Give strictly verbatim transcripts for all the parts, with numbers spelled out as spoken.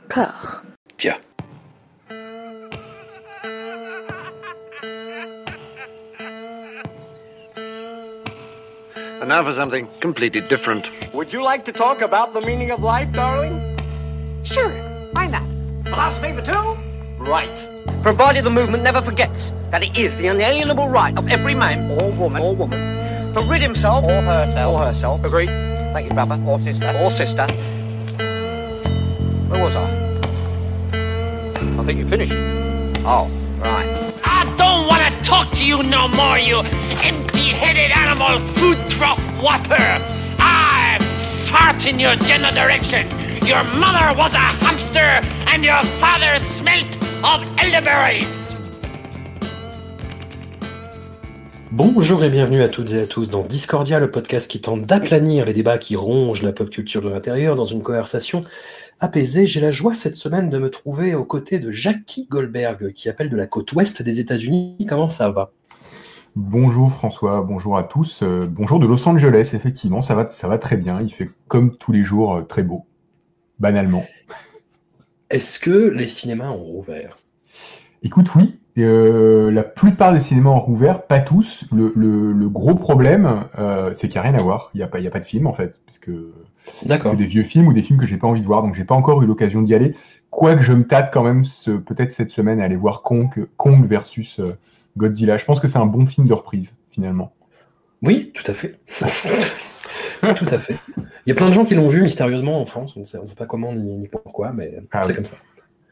D'accord. Tiens. And now for something completely different. Would you like to talk about the meaning of life, darling? Sure, why not? Philosophy for two? Right. Provided the movement never forgets that it is the inalienable right of every man or woman or woman to rid himself or herself or herself. Agreed. Thank you, brother or sister or sister. Where was I? I think you finished. Oh, right. I don't want to talk to you no more, you empty-headed animal food trough whopper. I fart in your general direction. Your mother was a hamster and your father smelt of elderberries. Bonjour et bienvenue à toutes et à tous dans Discordia, le podcast qui tente d'aplanir les débats qui rongent la pop culture de l'intérieur dans une conversation apaisée. J'ai la joie cette semaine de me trouver aux côtés de Jackie Goldberg, qui appelle de la côte ouest des États-Unis. Comment ça va ? Bonjour François, bonjour à tous. Euh, bonjour de Los Angeles, effectivement, ça va, ça va très bien. Il fait comme tous les jours euh, très beau, banalement. Est-ce que les cinémas ont rouvert ? Écoute, oui. Euh, la plupart des cinémas ont rouvert, pas tous. Le, le, le gros problème, euh, c'est qu'il n'y a rien à voir. Il n'y a pas, il y a pas de film en fait, parce que D'accord. que des vieux films ou des films que j'ai pas envie de voir, donc j'ai pas encore eu l'occasion d'y aller. Quoique je me tâte quand même, ce, peut-être cette semaine, à aller voir Kong, Kong versus euh, Godzilla. Je pense que c'est un bon film de reprise finalement. Oui, tout à fait. Tout à fait. Il y a plein de gens qui l'ont vu mystérieusement en France. On ne sait, on ne sait pas comment ni, ni pourquoi, mais Ah c'est oui. comme ça.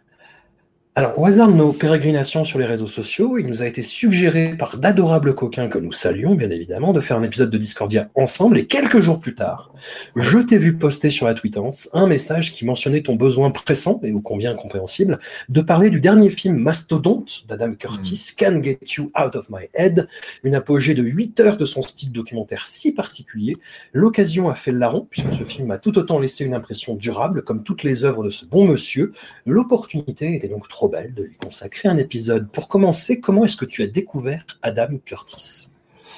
Alors, au hasard de nos pérégrinations sur les réseaux sociaux, il nous a été suggéré par d'adorables coquins que nous saluons, bien évidemment, de faire un épisode de Discordia ensemble. Et quelques jours plus tard, je t'ai vu poster sur la tweetance un message qui mentionnait ton besoin pressant, et ô combien incompréhensible, de parler du dernier film Mastodonte d'Adam Curtis, mmh. Can't Get You Out of My Head, une apogée de huit heures de son style documentaire si particulier. L'occasion a fait le larron, puisque ce film a tout autant laissé une impression durable, comme toutes les œuvres de ce bon monsieur. L'opportunité était donc trop belle de lui consacrer un épisode. Pour commencer, comment est-ce que tu as découvert Adam Curtis ?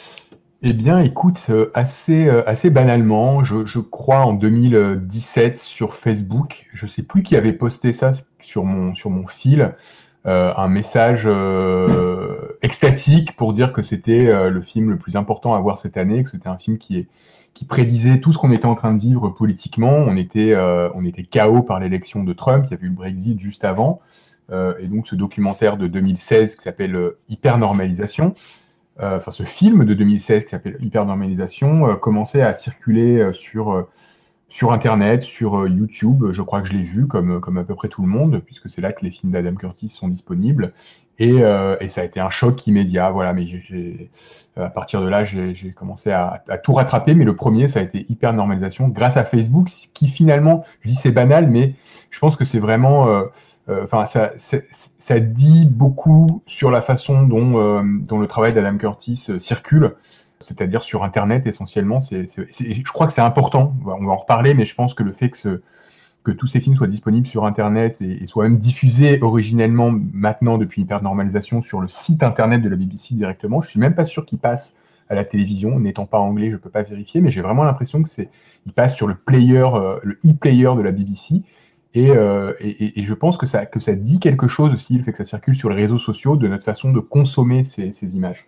Eh bien, écoute, euh, assez, euh, assez banalement, je, je crois en deux mille dix-sept sur Facebook, je sais plus qui avait posté ça sur mon, sur mon fil, euh, un message euh, extatique pour dire que c'était euh, le film le plus important à voir cette année, que c'était un film qui, est, qui prédisait tout ce qu'on était en train de vivre politiquement. On était, euh, on était K O par l'élection de Trump, il y avait eu le Brexit juste avant. Euh, et donc ce documentaire de deux mille seize qui s'appelle euh, Hypernormalisation, euh, enfin ce film de deux mille seize qui s'appelle Hypernormalisation, euh, commençait à circuler euh, sur, euh, sur Internet, sur euh, YouTube. Je crois que je l'ai vu comme, comme à peu près tout le monde, puisque c'est là que les films d'Adam Curtis sont disponibles. Et, euh, et ça a été un choc immédiat. Voilà, mais j'ai, j'ai, à partir de là, j'ai, j'ai commencé à, à tout rattraper. Mais le premier, ça a été Hypernormalisation grâce à Facebook, qui finalement, je dis c'est banal, mais je pense que c'est vraiment... Euh, Enfin, euh, ça, ça dit beaucoup sur la façon dont, euh, dont le travail d'Adam Curtis euh, circule, c'est-à-dire sur Internet essentiellement. C'est, c'est, c'est, je crois que c'est important, on va en reparler, mais je pense que le fait que, ce, que tous ces films soient disponibles sur Internet et, et soient même diffusés originellement maintenant depuis Hypernormalisation sur le site Internet de la B B C directement, je suis même pas sûr qu'ils passent à la télévision, n'étant pas anglais, je peux pas vérifier, mais j'ai vraiment l'impression que c'est, ils passent sur le player, euh, le e-player de la B B C. Et, euh, et, et je pense que ça, que ça dit quelque chose aussi, le fait que ça circule sur les réseaux sociaux, de notre façon de consommer ces, ces images.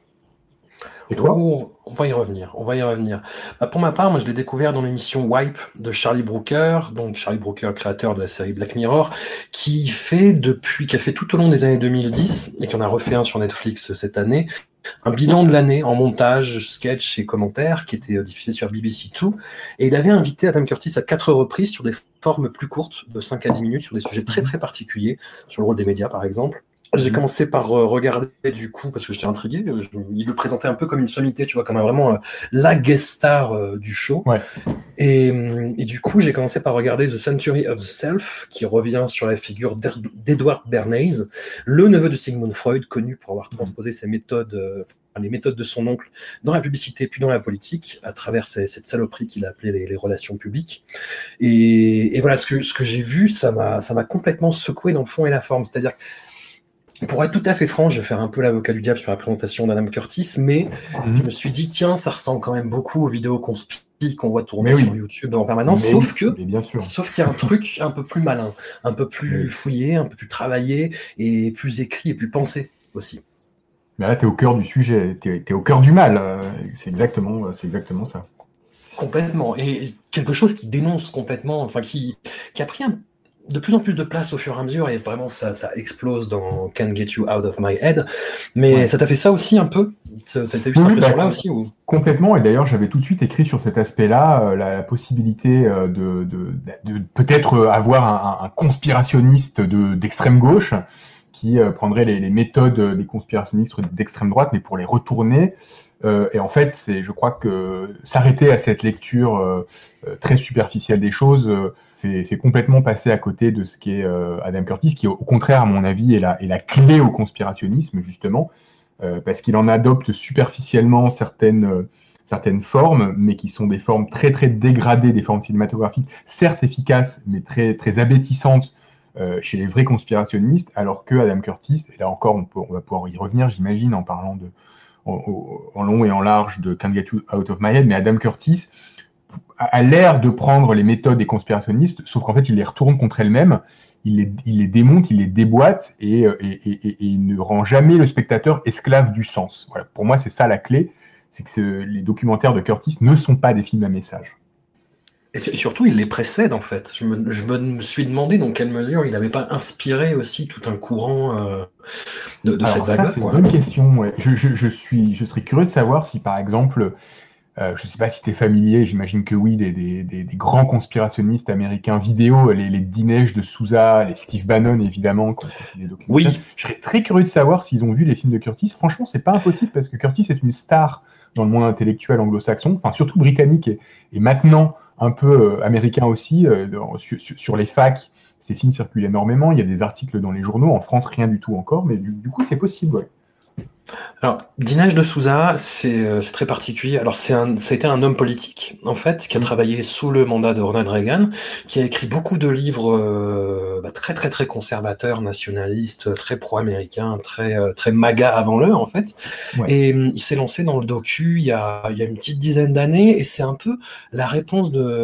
Et toi ? Oh, on va y revenir, on va y revenir. Bah, pour ma part, moi je l'ai découvert dans l'émission Wipe de Charlie Brooker, donc Charlie Brooker, créateur de la série Black Mirror, qui fait depuis, qui a fait tout au long des années deux mille dix, et qui en a refait un sur Netflix cette année, un bilan de l'année en montage, sketch et commentaires qui était diffusé sur B B C deux. Et il avait invité Adam Curtis à quatre reprises sur des formes plus courtes, de cinq à dix minutes, sur des sujets très très particuliers, sur le rôle des médias par exemple. J'ai commencé par euh, regarder du coup, parce que j'étais intrigué, je, il le présentait un peu comme une sommité, tu vois, comme un, vraiment euh, la guest star euh, du show. Ouais. Et, et du coup, j'ai commencé par regarder The Century of the Self, qui revient sur la figure d'Edward Bernays, le neveu de Sigmund Freud, connu pour avoir transposé ses méthodes, euh, les méthodes de son oncle dans la publicité puis dans la politique, à travers ces, cette saloperie qu'il a appelée les, les relations publiques. Et, et voilà, ce que, ce que j'ai vu, ça m'a, ça m'a complètement secoué dans le fond et la forme. C'est-à-dire pour être tout à fait franc, je vais faire un peu l'avocat du diable sur la présentation d'Adam Curtis, mais Mhm. je me suis dit, tiens, ça ressemble quand même beaucoup aux vidéos conspi qu'on voit tourner Mais oui. sur YouTube en permanence, Mais sauf oui, que, mais bien sûr. sauf qu'il y a un truc un peu plus malin, un peu plus Oui. fouillé, un peu plus travaillé, et plus écrit et plus pensé aussi. Mais là, tu es au cœur du sujet, tu es au cœur du mal. euh, C'est exactement, c'est exactement ça. Complètement. Et quelque chose qui dénonce complètement, enfin, qui, qui a pris un- de plus en plus de place au fur et à mesure, et vraiment, ça, ça explose dans Can't Get You Out of My Head. Mais Ouais. ça t'a fait ça aussi un peu? T'as t'as eu cette Oui, oui, impression-là bah, aussi ou... Complètement, et d'ailleurs j'avais tout de suite écrit sur cet aspect-là euh, la, la possibilité euh, de, de, de, de peut-être euh, avoir un, un conspirationniste de, d'extrême gauche qui euh, prendrait les, les méthodes des conspirationnistes d'extrême droite, mais pour les retourner. Euh, et en fait, c'est, je crois que s'arrêter à cette lecture euh, euh, très superficielle des choses euh, fait, fait complètement passer à côté de ce qu'est euh, Adam Curtis, qui au contraire, à mon avis, est la, est la clé au conspirationnisme, justement. Euh, parce qu'il en adopte superficiellement certaines, euh, certaines formes, mais qui sont des formes très très dégradées, des formes cinématographiques, certes efficaces, mais très, très abétissantes euh, chez les vrais conspirationnistes, alors que Adam Curtis, et là encore on, peut, on va pouvoir y revenir, j'imagine, en parlant de, en, en long et en large de Can't Get You Out of My Head, mais Adam Curtis a, a l'air de prendre les méthodes des conspirationnistes, sauf qu'en fait il les retourne contre elles-mêmes. Il les, il les démonte, il les déboîte et, et, et, et il ne rend jamais le spectateur esclave du sens. Voilà. Pour moi, c'est ça la clé, c'est que ce, les documentaires de Curtis ne sont pas des films à message. Et surtout, il les précède en fait. Je me, je me suis demandé dans quelle mesure il n'avait pas inspiré aussi tout un courant euh, de, de Alors cette ça, vague-là. c'est une bonne question. Ouais. Je, je, je, suis, je serais curieux de savoir si, par exemple, Euh, je ne sais pas si tu es familier, j'imagine que oui, des, des, des, des grands conspirationnistes américains vidéo, les, les Dinesh de Souza, les Steve Bannon évidemment, qui ont fait des documentaires. Oui. Je serais très curieux de savoir s'ils ont vu les films de Curtis. Franchement, c'est pas impossible parce que Curtis est une star dans le monde intellectuel anglo-saxon, enfin surtout britannique et, et maintenant un peu euh, américain aussi. Euh, dans, sur, sur les facs, ces films circulent énormément. Il y a des articles dans les journaux. En France, rien du tout encore, mais du, du coup, c'est possible. Ouais. Alors, Dinesh de Souza, c'est euh, c'est très particulier. Alors, c'est un, ça a été un homme politique, en fait, qui a travaillé sous le mandat de Ronald Reagan, qui a écrit beaucoup de livres euh, bah, très, très, très conservateurs, nationalistes, très pro-américains, très, euh, très MAGA avant l'heure, en fait. Ouais. Et euh, il s'est lancé dans le docu il y a, il y a une petite dizaine d'années, et c'est un peu la réponse de,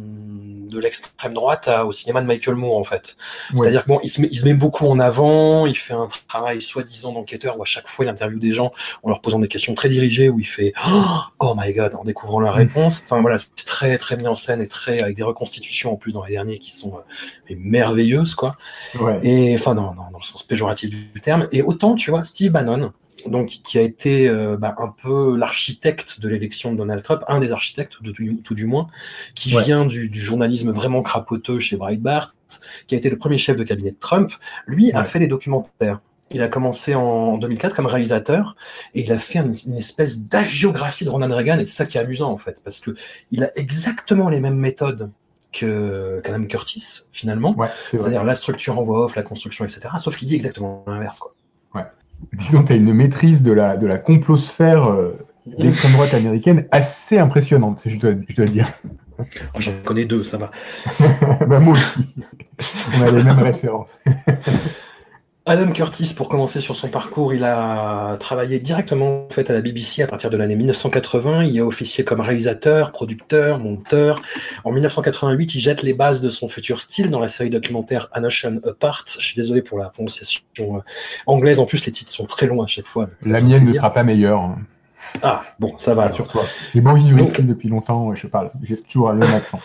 de l'extrême droite à, au cinéma de Michael Moore, en fait. Ouais. C'est-à-dire que bon, il se, met, il se met beaucoup en avant, il fait un travail soi-disant d'enquêteur où à chaque fois il interviewe des gens en leur posant des questions très dirigées où il fait oh my god en découvrant la réponse. Enfin voilà, c'est très très mis en scène et très avec des reconstitutions en plus dans les derniers qui sont euh, merveilleuses quoi. Ouais. Et enfin dans, dans, dans le sens péjoratif du terme. Et autant tu vois Steve Bannon, donc qui a été euh, bah, un peu l'architecte de l'élection de Donald Trump, un des architectes tout du, tout du moins, qui ouais. vient du, du journalisme vraiment crapoteux chez Breitbart, qui a été le premier chef de cabinet de Trump. Lui ouais. a fait des documentaires. Il a commencé en deux mille quatre comme réalisateur et il a fait une, une espèce d'agiographie de Ronald Reagan et c'est ça qui est amusant en fait parce que il a exactement les mêmes méthodes que qu'Adam Curtis finalement, ouais, c'est c'est-à-dire la structure en voix off, la construction, et cetera. Sauf qu'il dit exactement l'inverse quoi. Ouais. Disons que tu as une maîtrise de la de la complosphère euh, d'extrême droite américaine assez impressionnante, je dois je dois dire. Oh, j'en connais deux, ça va. Bah moi aussi. On a les mêmes références. Adam Curtis, pour commencer sur son parcours, il a travaillé directement en fait, à la B B C à partir de l'année mille neuf cent quatre-vingts. Il a officié comme réalisateur, producteur, monteur. En mille neuf cent quatre-vingt-huit, il jette les bases de son futur style dans la série documentaire An Ocean Apart. Je suis désolé pour la prononciation anglaise. En plus, les titres sont très longs à chaque fois. La mienne ne sera pas meilleure. Ah, bon, ça va. Sur toi. J'ai bon vivre ici depuis longtemps, je parle. J'ai toujours le même accent.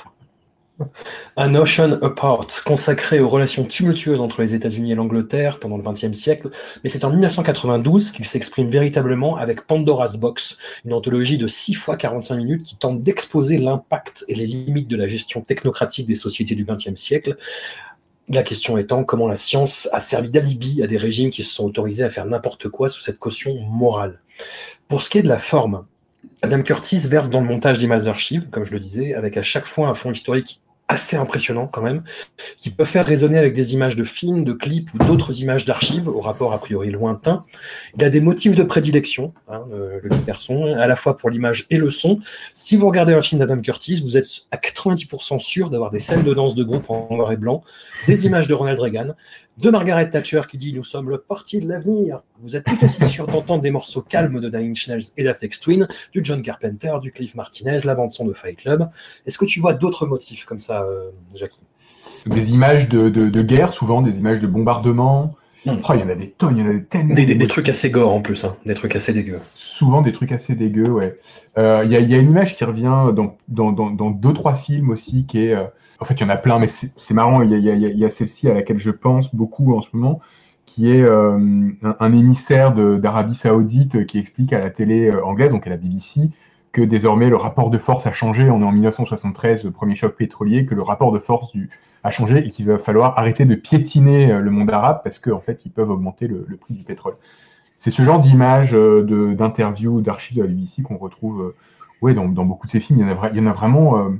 An Ocean Apart, consacré aux relations tumultueuses entre les États-Unis et l'Angleterre pendant le vingtième siècle, mais c'est en mille neuf cent quatre-vingt-douze qu'il s'exprime véritablement avec Pandora's Box, une anthologie de six fois quarante-cinq minutes qui tente d'exposer l'impact et les limites de la gestion technocratique des sociétés du vingtième siècle. La question étant comment la science a servi d'alibi à des régimes qui se sont autorisés à faire n'importe quoi sous cette caution morale. Pour ce qui est de la forme, Adam Curtis verse dans le montage d'images d'archives, comme je le disais, avec à chaque fois un fond historique assez impressionnants quand même, qui peuvent faire résonner avec des images de films, de clips ou d'autres images d'archives, au rapport a priori lointain. Il a des motifs de prédilection, hein, le, le garçon, à la fois pour l'image et le son. Si vous regardez un film d'Adam Curtis, vous êtes à quatre-vingt-dix pour cent sûr d'avoir des scènes de danse de groupe en noir et blanc, des images de Ronald Reagan, de Margaret Thatcher qui dit « Nous sommes le portier de l'avenir ». Vous êtes tout aussi sûr d'entendre des morceaux calmes de Nine Inch Nails et d'Aphex Twin, du John Carpenter, du Cliff Martinez, la bande-son de Fight Club. Est-ce que tu vois d'autres motifs comme ça, euh, Jackie ? Des images de, de, de guerre, souvent, des images de bombardement. Mmh. Oh, il y en a des tonnes, il y en a des tellement. Des, des, des trucs assez gore en plus, hein. Des trucs assez dégueux. Souvent des trucs assez dégueux, ouais. Euh, Il y, a, il y a une image qui revient dans, dans, dans, dans deux, trois films aussi, qui est... Euh... En fait, il y en a plein, mais c'est, c'est marrant, il y, a, il, y a, il y a celle-ci à laquelle je pense beaucoup en ce moment, qui est euh, un, un émissaire de, d'Arabie Saoudite qui explique à la télé anglaise, donc à la B B C, que désormais le rapport de force a changé. On est en dix-neuf cent soixante-treize, le premier choc pétrolier, que le rapport de force du, a changé et qu'il va falloir arrêter de piétiner le monde arabe parce qu'en fait, ils peuvent augmenter le, le prix du pétrole. C'est ce genre d'image, de, d'interview, d'archives de la B B C qu'on retrouve euh, ouais, dans, dans beaucoup de ces films. Il y en a, il y en a vraiment... Euh,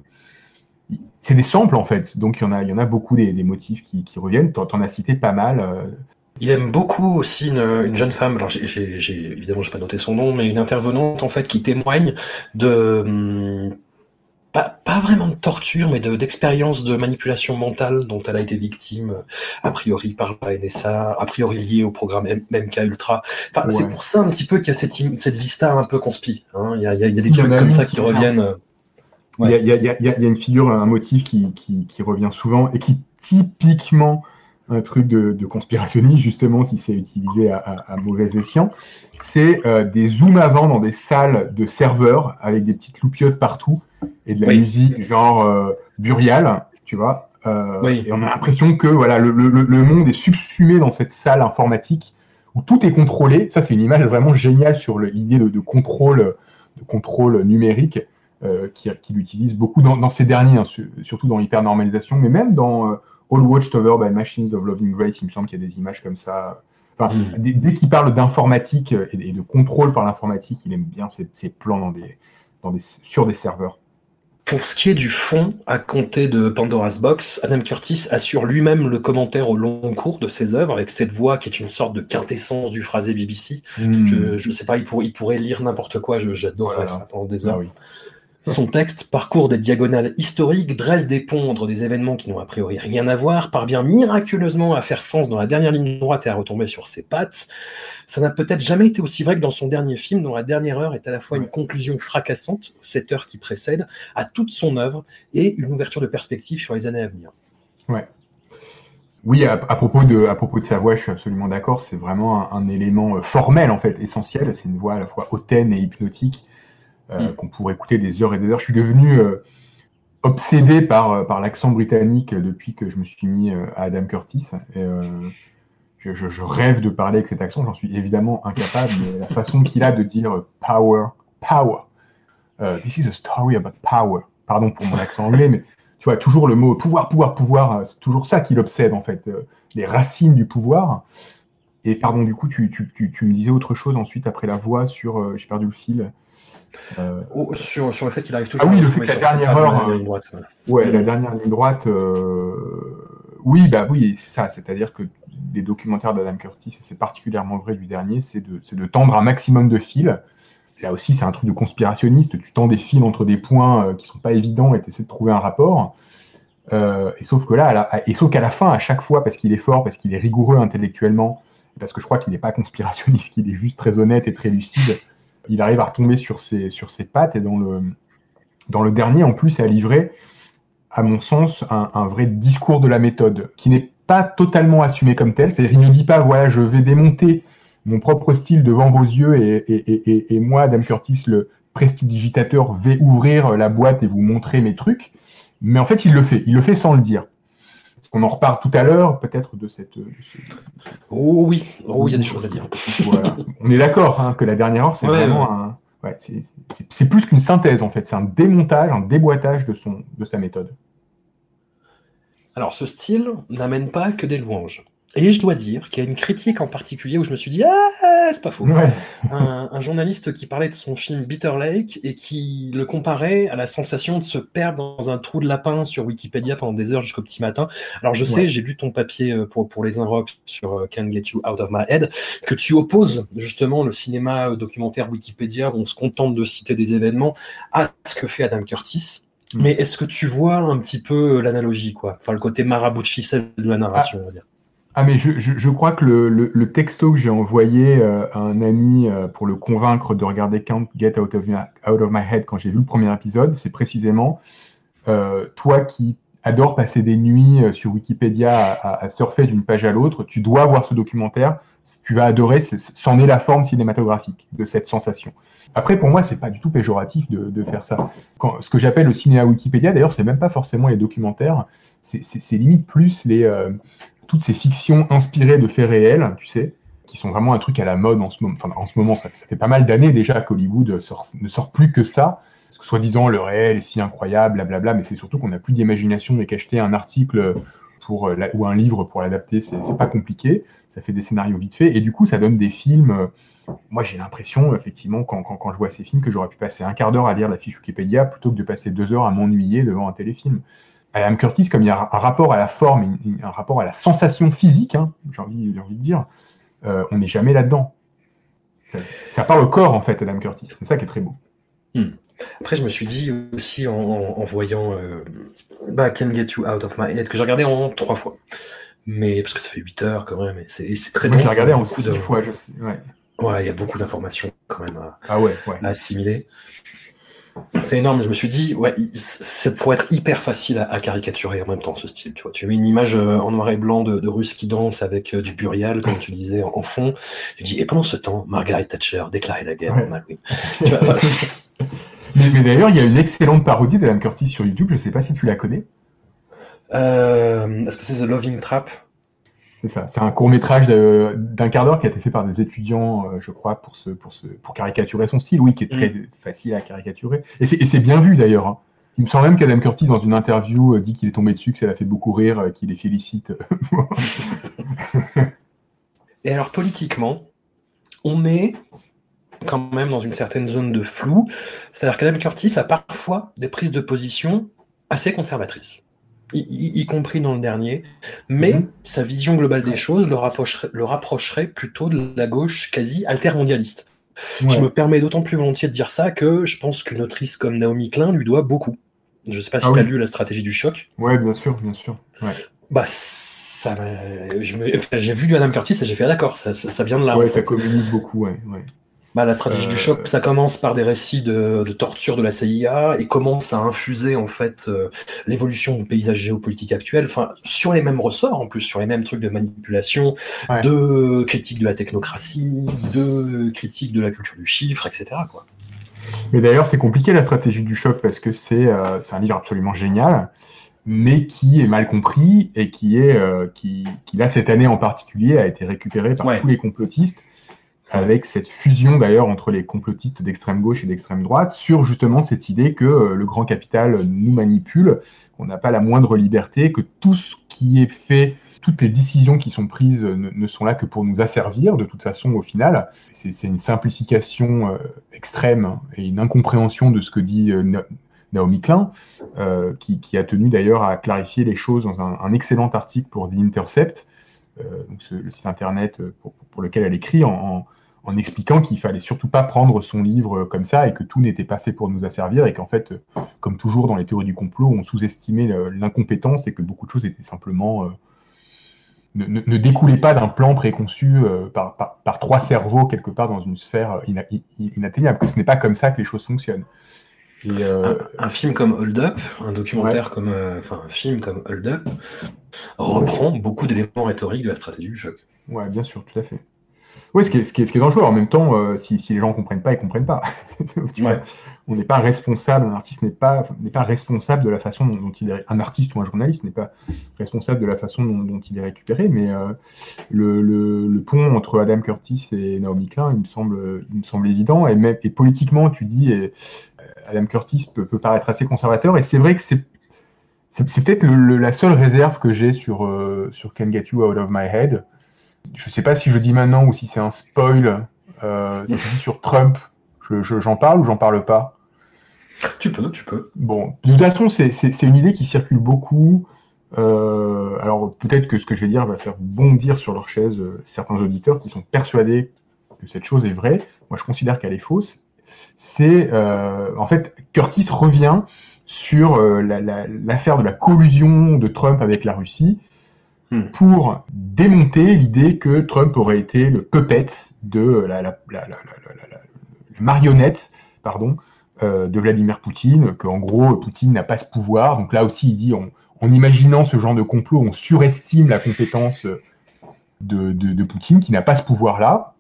c'est des samples, en fait. Donc, il y en a, il y en a beaucoup des, des motifs qui, qui reviennent. T'en, t'en as cité pas mal. Euh... Il aime beaucoup aussi une, une jeune femme, alors j'ai, j'ai, j'ai évidemment j'ai pas noté son nom, mais une intervenante en fait qui témoigne de hum, pas, pas vraiment de torture, mais de, d'expériences de manipulation mentale dont elle a été victime, a priori par la N S A, a priori liée au programme M- MK Ultra. Enfin, ouais. C'est pour ça un petit peu qu'il y a cette, cette vista un peu conspi. Hein. Il y a, il y a, il y a des il trucs comme ça qui, qui reviennent. Ouais. Il, y a, il, y a, il, y a, il y a une figure, un motif qui, qui, qui revient souvent et qui typiquement un truc de, de conspirationniste, justement, si c'est utilisé à, à, à mauvais escient, c'est euh, des zooms avant dans des salles de serveurs avec des petites loupiottes partout et de la oui. musique genre euh, Burial, tu vois. Euh, oui. Et on a l'impression que voilà, le, le, le monde est subsumé dans cette salle informatique où tout est contrôlé. Ça, c'est une image vraiment géniale sur le, l'idée de, de, contrôle, de contrôle numérique euh, qu'il qui utilise beaucoup dans, dans ces derniers, hein, surtout dans l'hypernormalisation, mais même dans... Euh, All Watched Over by Machines of Loving Grace, il me semble qu'il y a des images comme ça. Enfin, mm. dès, dès qu'il parle d'informatique et, et de contrôle par l'informatique, il aime bien ses, ses plans dans des, dans des, sur des serveurs. Pour ce qui est du fond, à compter de Pandora's Box, Adam Curtis assure lui-même le commentaire au long cours de ses œuvres, avec cette voix qui est une sorte de quintessence du phrasé B B C. Mm. Je, je sais pas, il, pour, il pourrait lire n'importe quoi, je, j'adorerais voilà. ça pendant des heures. Ah, oui. Son texte parcourt des diagonales historiques, dresse des ponts entre des événements qui n'ont a priori rien à voir, parvient miraculeusement à faire sens dans la dernière ligne droite et à retomber sur ses pattes. Ça n'a peut-être jamais été aussi vrai que dans son dernier film, dont la dernière heure est à la fois une conclusion fracassante, cette heure qui précède, à toute son œuvre, et une ouverture de perspective sur les années à venir. Ouais. Oui, à, à, propos de, à propos de sa voix, je suis absolument d'accord, c'est vraiment un, un élément formel, en fait, essentiel. C'est une voix à la fois hautaine et hypnotique. Euh, mm. qu'on pourrait écouter des heures et des heures. Je suis devenu euh, obsédé par, par l'accent britannique depuis que je me suis mis euh, à Adam Curtis. Et, euh, je, je, je rêve de parler avec cet accent, j'en suis évidemment incapable, mais la façon qu'il a de dire « power, power uh, »,« this is a story about power ». Pardon pour mon accent anglais, mais tu vois, toujours le mot « pouvoir, pouvoir, pouvoir », c'est toujours ça qui l'obsède en fait, euh, les racines du pouvoir. Et pardon, du coup, tu, tu, tu, tu me disais autre chose ensuite après la voix sur... Euh, j'ai perdu le fil. Euh... Oh, sur, sur le fait qu'il arrive toujours ah oui, le fait que la dernière heure, euh, droite, ouais, ouais, la dernière ligne droite, euh... oui, bah oui, c'est ça. C'est-à-dire que des documentaires d'Adam Curtis, et c'est particulièrement vrai du dernier, c'est de, c'est de tendre un maximum de fils. Là aussi, c'est un truc de conspirationniste. Tu tends des fils entre des points euh, qui sont pas évidents et tu essaies de trouver un rapport. Euh, et sauf que là, à la, et sauf qu'à la fin, à chaque fois, parce qu'il est fort, parce qu'il est rigoureux intellectuellement, parce que je crois qu'il n'est pas conspirationniste, qu'il est juste très honnête et très lucide. Il arrive à retomber sur ses, sur ses pattes et dans le, dans le dernier, en plus, à livrer, à mon sens, un, un vrai discours de la méthode qui n'est pas totalement assumé comme tel. C'est-à-dire, il ne dit pas, voilà, je vais démonter mon propre style devant vos yeux et, et, et, et, et moi, Adam Curtis, le prestidigitateur, vais ouvrir la boîte et vous montrer mes trucs. Mais en fait, il le fait. Il le fait sans le dire. On en reparle tout à l'heure, peut-être, de cette... De ce... Oh oui, oh, il y a des choses à dire. Voilà. On est d'accord hein, que la dernière heure, c'est ouais, vraiment ouais. un... Ouais, c'est, c'est, c'est plus qu'une synthèse, en fait. C'est un démontage, un déboîtage de, son, de sa méthode. Alors, ce style n'amène pas que des louanges. Et je dois dire qu'il y a une critique en particulier où je me suis dit « Ah, c'est pas faux Ouais. ». Un, un journaliste qui parlait de son film Bitter Lake et qui le comparait à la sensation de se perdre dans un trou de lapin sur Wikipédia pendant des heures jusqu'au petit matin. Alors je sais, Ouais. j'ai lu ton papier pour, pour les Inrocks sur Can't Get You Out of My Head, que tu opposes justement le cinéma documentaire Wikipédia où on se contente de citer des événements à ce que fait Adam Curtis. Mm. Mais est-ce que tu vois un petit peu l'analogie, quoi ? Enfin, le côté marabout de ficelle de la narration, ah. on va dire. Ah mais je, je, je crois que le, le, le texto que j'ai envoyé euh, à un ami euh, pour le convaincre de regarder Can't Get Out of, Out of My Head quand j'ai vu le premier épisode, c'est précisément euh, toi qui adore passer des nuits euh, sur Wikipédia à, à, à surfer d'une page à l'autre, tu dois voir ce documentaire, tu vas adorer, c'est, c'en est la forme cinématographique de cette sensation. Après, pour moi, c'est pas du tout péjoratif de, de faire ça. Quand, ce que j'appelle le cinéma Wikipédia, d'ailleurs, c'est même pas forcément les documentaires, c'est, c'est, c'est limite plus les... Euh, toutes ces fictions inspirées de faits réels, tu sais, qui sont vraiment un truc à la mode en ce moment. Enfin, en ce moment, ça, ça fait pas mal d'années déjà qu'Hollywood sort, ne sort plus que ça. Parce que soi-disant, le réel est si incroyable, blablabla, mais c'est surtout qu'on n'a plus d'imagination et qu'acheter un article pour, ou un livre pour l'adapter, c'est, c'est pas compliqué. Ça fait des scénarios vite faits. Et du coup, ça donne des films... Moi, j'ai l'impression, effectivement, quand, quand, quand je vois ces films, que j'aurais pu passer un quart d'heure à lire la fiche Wikipédia plutôt que de passer deux heures à m'ennuyer devant un téléfilm. Adam Curtis, comme il y a un rapport à la forme, un rapport à la sensation physique, hein, j'ai, envie, j'ai envie de dire, euh, on n'est jamais là-dedans. Ça, ça parle au corps, en fait, Adam Curtis. C'est ça qui est très beau. Hmm. Après, je me suis dit aussi, en, en, en voyant euh, bah, Can't Get You Out of My Head, que j'ai regardé en trois fois. Mais, parce que ça fait huit heures, quand même, et c'est, et c'est très Moi, dense. je l'ai regardé en six de... fois, je sais. Ouais. Ouais, il y a beaucoup d'informations, quand même, à, ah ouais, ouais. à assimiler. C'est énorme, je me suis dit, ouais, c'est pour être hyper facile à, à caricaturer en même temps ce style, tu vois. Tu mets une image euh, en noir et blanc de, de Russes qui dansent avec euh, du burial, comme tu disais, en, en fond. Tu dis, et pendant ce temps, Margaret Thatcher déclarait la guerre ouais. en Halloween. Tu vois, mais, mais d'ailleurs, il y a une excellente parodie d'Adam Curtis sur YouTube, je sais pas si tu la connais. Euh, est-ce que c'est The Loving Trap ? C'est ça, c'est un court-métrage de, d'un quart d'heure qui a été fait par des étudiants, euh, je crois, pour, se, pour, se, pour caricaturer son style, oui, qui est très mmh. facile à caricaturer. Et c'est, et c'est bien vu, d'ailleurs. Hein. Il me semble même qu'Adam Curtis, dans une interview, euh, dit qu'il est tombé dessus, que ça l'a fait beaucoup rire, euh, qu'il les félicite. Et alors, politiquement, on est quand même dans une certaine zone de flou. C'est-à-dire qu'Adam Curtis a parfois des prises de position assez conservatrices. Y, y compris dans le dernier, mais mmh. sa vision globale des choses le rapprocherait, le rapprocherait plutôt de la gauche quasi altermondialiste. Ouais. Je me permets d'autant plus volontiers de dire ça que je pense qu'une autrice comme Naomi Klein lui doit beaucoup. Je ne sais pas si ah tu as oui. lu La stratégie du choc. Ouais, bien sûr, bien sûr. Ouais. Bah, ça je me... enfin, j'ai vu du Adam Curtis et j'ai fait ah, d'accord, ça, ça, ça vient de là. Ouais, en ça fait. communique beaucoup, ouais. ouais. Bah, la stratégie euh... du choc, ça commence par des récits de, de torture de la C I A et commence à infuser en fait euh, l'évolution du paysage géopolitique actuel, enfin sur les mêmes ressorts en plus, sur les mêmes trucs de manipulation, ouais. de critique de la technocratie, de critique de la culture du chiffre, et cetera quoi. Mais d'ailleurs, c'est compliqué la stratégie du choc parce que c'est euh, c'est un livre absolument génial, mais qui est mal compris et qui est euh, qui, qui là cette année en particulier a été récupéré par ouais. tous les complotistes. Avec cette fusion d'ailleurs entre les complotistes d'extrême gauche et d'extrême droite sur justement cette idée que euh, le grand capital nous manipule, qu'on n'a pas la moindre liberté, que tout ce qui est fait, toutes les décisions qui sont prises ne, ne sont là que pour nous asservir de toute façon au final. C'est, c'est une simplification euh, extrême et une incompréhension de ce que dit euh, Naomi Klein, euh, qui, qui a tenu d'ailleurs à clarifier les choses dans un, un excellent article pour The Intercept, euh, donc ce, le site internet pour, pour lequel elle écrit en, en en expliquant qu'il fallait surtout pas prendre son livre comme ça et que tout n'était pas fait pour nous asservir et qu'en fait, comme toujours dans les théories du complot, on sous-estimait l'incompétence et que beaucoup de choses étaient simplement... Euh, ne, ne, ne découlaient pas d'un plan préconçu euh, par, par, par trois cerveaux quelque part dans une sphère ina, inatteignable, que ce n'est pas comme ça que les choses fonctionnent. Et euh... un, un film comme Hold Up, un documentaire ouais. comme... Euh, enfin, un film comme Hold Up reprend beaucoup d'éléments rhétoriques de la stratégie du choc. Ouais, bien sûr, tout à fait. Oui, ce qui est, ce qui est, ce qui est dangereux. En même temps, euh, si, si les gens ne comprennent pas, ils ne comprennent pas. tu ouais. vois, on n'est pas responsable, un artiste n'est pas, n'est pas responsable de la façon dont, dont il est... Un artiste ou un journaliste n'est pas responsable de la façon dont, dont il est récupéré, mais euh, le, le, le pont entre Adam Curtis et Naomi Klein, il me semble, il me semble évident. Et, même, et politiquement, tu dis, et, Adam Curtis peut, peut paraître assez conservateur, et c'est vrai que c'est... c'est, c'est peut-être le, le, la seule réserve que j'ai sur, euh, sur Can't Get You Out of My Head. Je ne sais pas si je dis maintenant ou si c'est un spoil. Euh, c'est sur Trump. Je, je, j'en parle ou j'en parle pas? Tu peux, tu peux. Bon, de toute façon, c'est, c'est, c'est une idée qui circule beaucoup. Euh, alors peut-être que ce que je vais dire va faire bondir sur leur chaise euh, certains auditeurs qui sont persuadés que cette chose est vraie. Moi, je considère qu'elle est fausse. C'est euh, en fait Curtis revient sur euh, la, la, l'affaire de la collusion de Trump avec la Russie hmm. pour démonter l'idée que Trump aurait été le puppet de la, la, la, la, la, la, la, la marionnette, pardon, euh, de Vladimir Poutine, qu'en gros Poutine n'a pas ce pouvoir. Donc là aussi, il dit on, en imaginant ce genre de complot, on surestime la compétence de, de, de Poutine qui n'a pas ce pouvoir-là.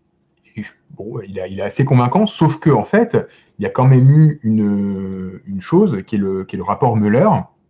Et je, bon, il, a, il est assez convaincant, sauf que en fait, il y a quand même eu une, une chose qui est, le, qui est le rapport Mueller,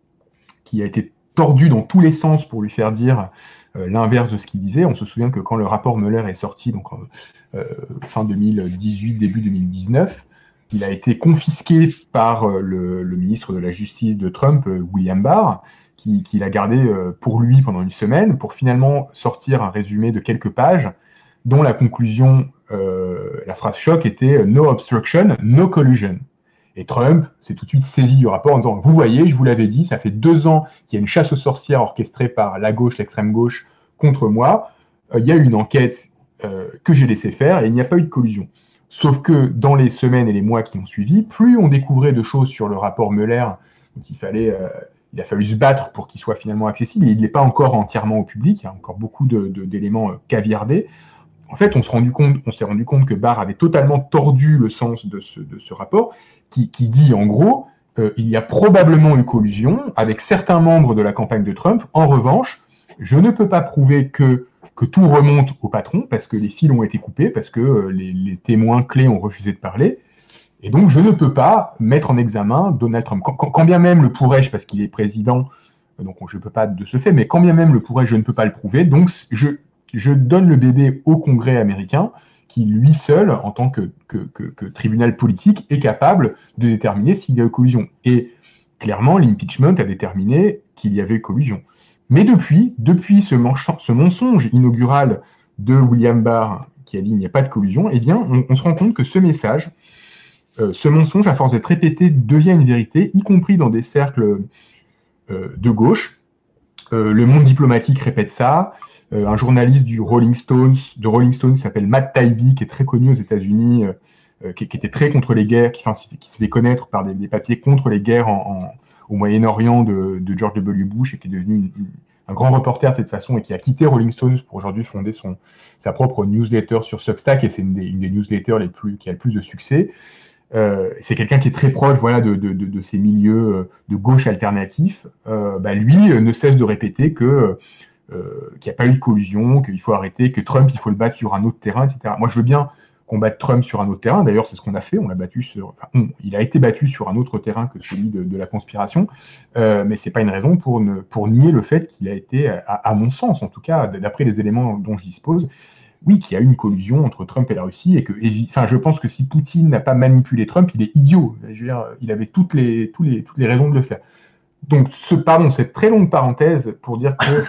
qui a été tordu dans tous les sens pour lui faire dire euh, l'inverse de ce qu'il disait. On se souvient que quand le rapport Mueller est sorti, donc euh, fin deux mille dix-huit, début deux mille dix-neuf, il a été confisqué par euh, le, le ministre de la Justice de Trump, euh, William Barr, qui, qui l'a gardé euh, pour lui pendant une semaine, pour finalement sortir un résumé de quelques pages, dont la conclusion, euh, la phrase choc était « No obstruction, no collusion ». Et Trump s'est tout de suite saisi du rapport en disant « Vous voyez, je vous l'avais dit, ça fait deux ans qu'il y a une chasse aux sorcières orchestrée par la gauche, l'extrême gauche, contre moi. Euh, il y a eu une enquête euh, que j'ai laissée faire et il n'y a pas eu de collusion. » Sauf que dans les semaines et les mois qui ont suivi, plus on découvrait de choses sur le rapport Mueller, donc il, fallait, euh, il a fallu se battre pour qu'il soit finalement accessible, et il n'est pas encore entièrement au public, il y a encore beaucoup de, de, d'éléments euh, caviardés. En fait, on, se rendu compte, on s'est rendu compte que Barr avait totalement tordu le sens de ce, de ce rapport, qui, qui dit en gros, euh, il y a probablement eu collusion avec certains membres de la campagne de Trump. En revanche, je ne peux pas prouver que, que tout remonte au patron, parce que les fils ont été coupés, parce que euh, les, les témoins clés ont refusé de parler. Et donc, je ne peux pas mettre en examen Donald Trump. Quand, quand, quand bien même le pourrais-je, parce qu'il est président, donc je ne peux pas de ce fait, mais quand bien même le pourrais-je, je ne peux pas le prouver. Donc, je... je donne le bébé au Congrès américain, qui lui seul, en tant que, que, que, que tribunal politique, est capable de déterminer s'il y a eu collusion. Et clairement, l'impeachment a déterminé qu'il y avait eu collusion. Mais depuis, depuis ce, manche, ce mensonge inaugural de William Barr, qui a dit qu'il n'y a pas de collusion, eh bien, on, on se rend compte que ce message, euh, ce mensonge, à force d'être répété, devient une vérité, y compris dans des cercles euh, de gauche. Euh, le monde diplomatique répète ça. Euh, un journaliste du Rolling Stones, de Rolling Stones qui s'appelle Matt Taibbi, qui est très connu aux États-Unis, euh, qui, qui était très contre les guerres, qui, enfin, qui se fait connaître par des, des papiers contre les guerres en, en, au Moyen-Orient de, de George W. Bush, et qui est devenu une, une, un grand reporter de cette façon, et qui a quitté Rolling Stones pour aujourd'hui fonder son, sa propre newsletter sur Substack, et c'est une des, une des newsletters les plus, qui a le plus de succès. Euh, c'est quelqu'un qui est très proche, voilà, de, de, de, de ces milieux de gauche alternatifs. Euh, bah, lui ne cesse de répéter que Euh, qu'il n'y a pas eu de collusion, qu'il faut arrêter, que Trump, il faut le battre sur un autre terrain, et cetera. Moi, je veux bien qu'on batte Trump sur un autre terrain. D'ailleurs, c'est ce qu'on a fait. On l'a battu sur, enfin, on, il a été battu sur un autre terrain que celui de, de la conspiration. Euh, mais c'est pas une raison pour, ne, pour nier le fait qu'il a été, à, à mon sens, en tout cas, d'après les éléments dont je dispose, oui, qu'il y a eu une collusion entre Trump et la Russie, et que, enfin, je pense que si Poutine n'a pas manipulé Trump, il est idiot. Je veux dire, il avait toutes les, tous les, toutes les raisons de le faire. Donc, ce, pardon, cette très longue parenthèse pour dire que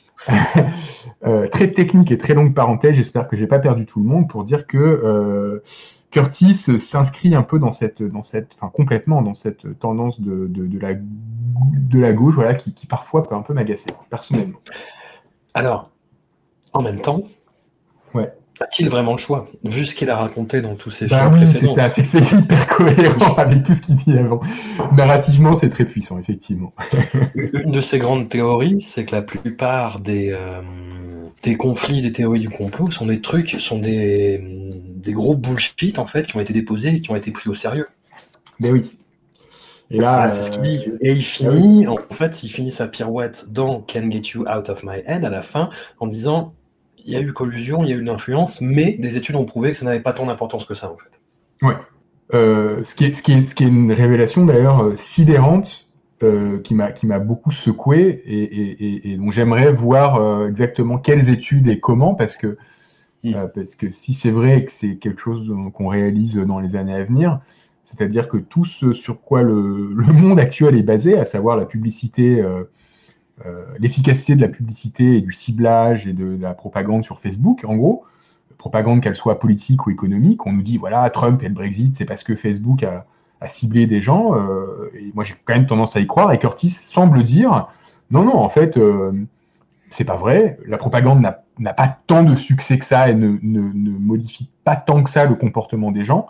euh, très technique et très longue parenthèse, j'espère que j'ai pas perdu tout le monde, pour dire que euh, Curtis s'inscrit un peu dans cette, dans cette, enfin complètement dans cette tendance de, de, de, la, de la gauche, voilà, qui, qui parfois peut un peu m'agacer, personnellement. Alors, en même temps, ouais. a-t-il vraiment le choix, vu ce qu'il a raconté dans tous ses bah films oui, précédents? C'est ça, c'est que c'est hyper cohérent avec tout ce qu'il dit avant. Narrativement, c'est très puissant, effectivement. Une de ses grandes théories, c'est que la plupart des, euh, des conflits, des théories du complot sont des trucs, sont des, des gros bullshit, en fait, qui ont été déposés et qui ont été pris au sérieux. Ben oui. Et là, voilà, c'est ce qu'il dit. Et il finit, en fait, il finit sa pirouette dans Can't Get You Out of My Head à la fin, en disant il y a eu collusion, il y a eu une influence, mais des études ont prouvé que ça n'avait pas tant d'importance que ça, en fait. Ouais. Euh, ce, qui est, ce, qui est, ce qui est une révélation, d'ailleurs, euh, sidérante, euh, qui m'a, qui m'a beaucoup secoué, et, et, et, et donc j'aimerais voir euh, exactement quelles études et comment, parce que, mm. euh, parce que si c'est vrai que c'est quelque chose qu'on réalise dans les années à venir, C'est-à-dire que tout ce sur quoi le, le monde actuel est basé, à savoir la publicité, euh, euh, l'efficacité de la publicité et du ciblage et de, de la propagande sur Facebook, en gros, propagande qu'elle soit politique ou économique, on nous dit, voilà, Trump et le Brexit, c'est parce que Facebook a, a ciblé des gens, euh, et moi j'ai quand même tendance à y croire, et Curtis semble dire, non, non, en fait, euh, c'est pas vrai, la propagande n'a, n'a pas tant de succès que ça, et ne, ne, ne modifie pas tant que ça le comportement des gens.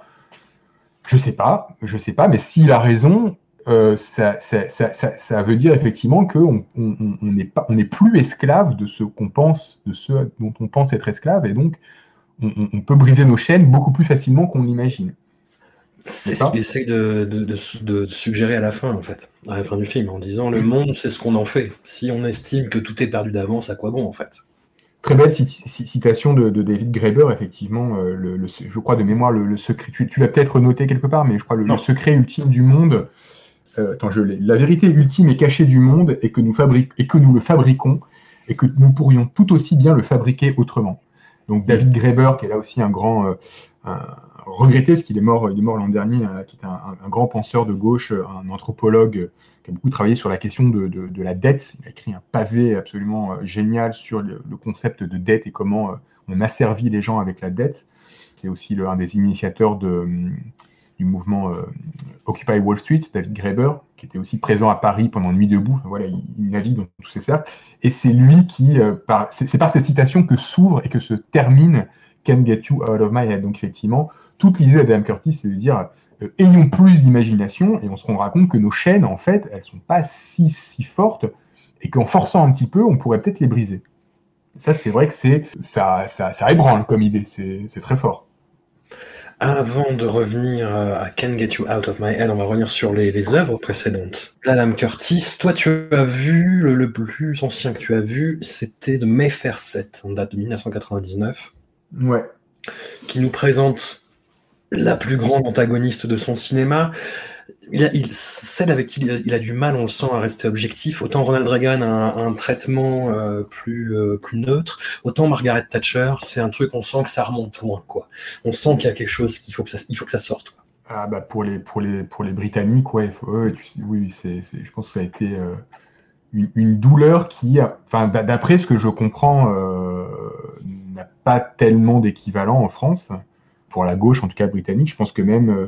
Je sais pas, je sais pas, mais s'il a raison, euh, ça, ça, ça, ça, ça veut dire effectivement qu'on on, on n'est pas, on n'est plus esclave de ce qu'on pense, de ce dont on pense être esclave, et donc on, on peut briser nos chaînes beaucoup plus facilement qu'on l'imagine. C'est ce qu'il essaye de, de, de, de suggérer à la fin, en fait, à la fin du film, en disant le monde, c'est ce qu'on en fait. Si on estime que tout est perdu d'avance, à quoi bon, en fait? Très belle citation de, de David Graeber, effectivement, euh, le, le, je crois de mémoire, le, le secret, tu, tu l'as peut-être noté quelque part, mais je crois le, le secret ultime du monde, euh, attends, je l'ai, la vérité ultime et cachée du monde est que nous fabrique, et que nous le fabriquons, et que nous pourrions tout aussi bien le fabriquer autrement. Donc David Graeber, qui est là aussi un grand, euh, un, regretté, parce qu'il est mort, il est mort l'an dernier, hein, qui est un, un grand penseur de gauche, un anthropologue, qui a beaucoup travaillé sur la question de, de, de la dette. Il a écrit un pavé absolument euh, génial sur le, le concept de dette et comment euh, on asservit les gens avec la dette. C'est aussi le, un des initiateurs de, du mouvement euh, Occupy Wall Street, David Graeber, qui était aussi présent à Paris pendant Nuit debout. Voilà, il, il navigue dans tous ces cercles. Et c'est lui qui, euh, par, c'est, c'est par cette citation que s'ouvre et que se termine Can't Get You Out of My Head. Donc effectivement, toute l'idée d'Adam Curtis, c'est de dire euh, ayons plus d'imagination, et on se rendra compte que nos chaînes, en fait, elles sont pas si, si fortes, et qu'en forçant un petit peu, on pourrait peut-être les briser. Ça, c'est vrai que c'est ça, ça, ça ébranle comme idée, c'est, c'est très fort. Avant de revenir à Can't Get You Out of My Head, on va revenir sur les, les œuvres précédentes. Adam Curtis, toi tu as vu, le, le plus ancien que tu as vu, c'était de Mayfair sept, en date de dix-neuf cent quatre-vingt-dix-neuf. Ouais. Qui nous présente la plus grande antagoniste de son cinéma. Il a, il, celle avec qui il a, il a du mal, on le sent, à rester objectif. Autant Ronald Reagan a un, un traitement euh, plus, euh, plus neutre, autant Margaret Thatcher, c'est un truc, on sent que ça remonte loin, quoi. On sent qu'il y a quelque chose qu'il faut que ça, il faut que ça sorte, quoi. Ah bah pour les, pour les, pour les Britanniques, ouais, faut, ouais oui, c'est, c'est, je pense que ça a été euh, une, une douleur qui, enfin, d'après ce que je comprends, euh, n'a pas tellement d'équivalent en France. Pour la gauche, en tout cas britannique, je pense que même, euh,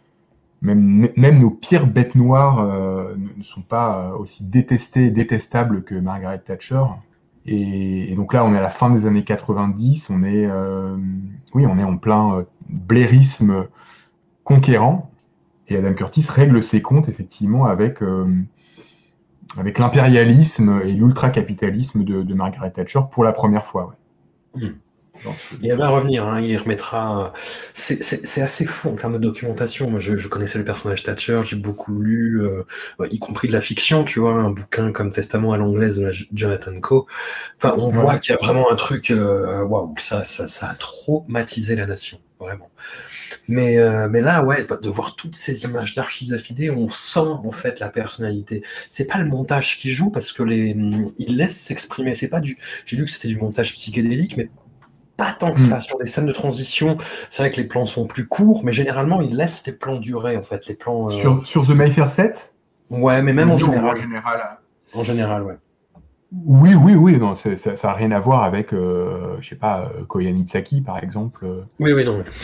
même, même nos pires bêtes noires euh, ne sont pas euh, aussi détestées et détestables que Margaret Thatcher. Et, et donc là, on est à la fin des années quatre-vingt-dix, on est, euh, oui, on est en plein euh, blairisme conquérant, et Adam Curtis règle ses comptes effectivement avec, euh, avec l'impérialisme et l'ultra-capitalisme de, de Margaret Thatcher pour la première fois. Ouais. Mmh. Il va revenir, hein, il remettra. C'est, c'est, c'est assez fou en termes de documentation. Moi, je, je connaissais le personnage Thatcher, j'ai beaucoup lu, euh, y compris de la fiction, tu vois, un bouquin comme Testament à l'anglaise de la Jonathan Coe. Enfin, on voit qu'il y a vraiment un truc, waouh, wow, ça, ça, ça a traumatisé la nation, vraiment. Mais, euh, mais là, ouais, de voir toutes ces images d'archives affidées, on sent en fait la personnalité. C'est pas le montage qui joue parce que les, il laisse s'exprimer. C'est pas du. J'ai lu que c'était du montage psychédélique, mais pas tant que ça. Sur les scènes de transition, c'est vrai que les plans sont plus courts, mais généralement, ils laissent les plans durer, en fait. Les plans, euh... sur, sur The Mayfair sept ? Ouais, mais même en général. En général, en général, ouais. Oui, oui, oui, non, c'est, ça n'a rien à voir avec, euh, je sais pas, Koyaanisqatsi, par exemple. Oui, oui, non. Oui.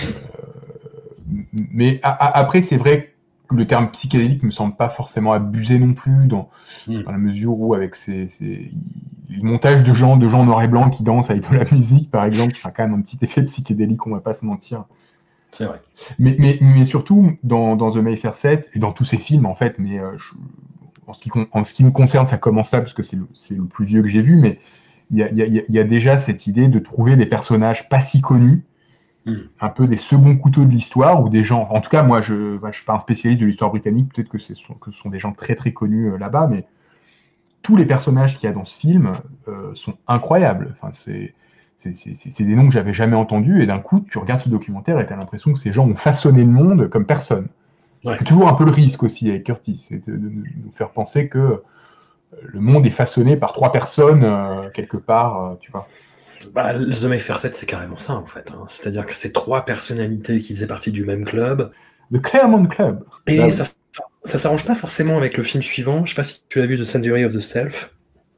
Euh, mais a, a, après, c'est vrai que le terme psychédélique me semble pas forcément abusé non plus, dans, mm. dans la mesure où, avec ces, ces, le montage de gens, de gens noir et blanc qui dansent avec de la musique, par exemple, ça a quand même un petit effet psychédélique, on va pas se mentir. C'est vrai. Mais, mais, mais surtout, dans, dans The Mayfair sept, et dans tous ces films, en fait, mais euh, je, en, ce qui, en ce qui me concerne, ça commence là, parce que c'est le, c'est le plus vieux que j'ai vu, mais il y a, y, a, y a déjà cette idée de trouver des personnages pas si connus, mm. un peu des seconds couteaux de l'histoire, ou des gens, en tout cas, moi, je ne suis pas un spécialiste de l'histoire britannique, peut-être que, c'est, que ce sont des gens très très connus euh, là-bas, mais tous les personnages qu'il y a dans ce film euh, sont incroyables. Enfin, c'est... C'est, c'est, c'est des noms que j'avais jamais entendus, et d'un coup, tu regardes ce documentaire et tu as l'impression que ces gens ont façonné le monde comme personne. Ouais. C'est toujours un peu le risque aussi avec Curtis, c'est de, de, de nous faire penser que le monde est façonné par trois personnes euh, quelque part, euh, tu vois. Bah, The Mayfair sept, c'est carrément ça en fait. Hein. C'est-à-dire que c'est trois personnalités qui faisaient partie du même club, The Claremont Club. Et Là, ça, ça s'arrange pas forcément avec le film suivant. Je sais pas si tu as vu The Century of the Self,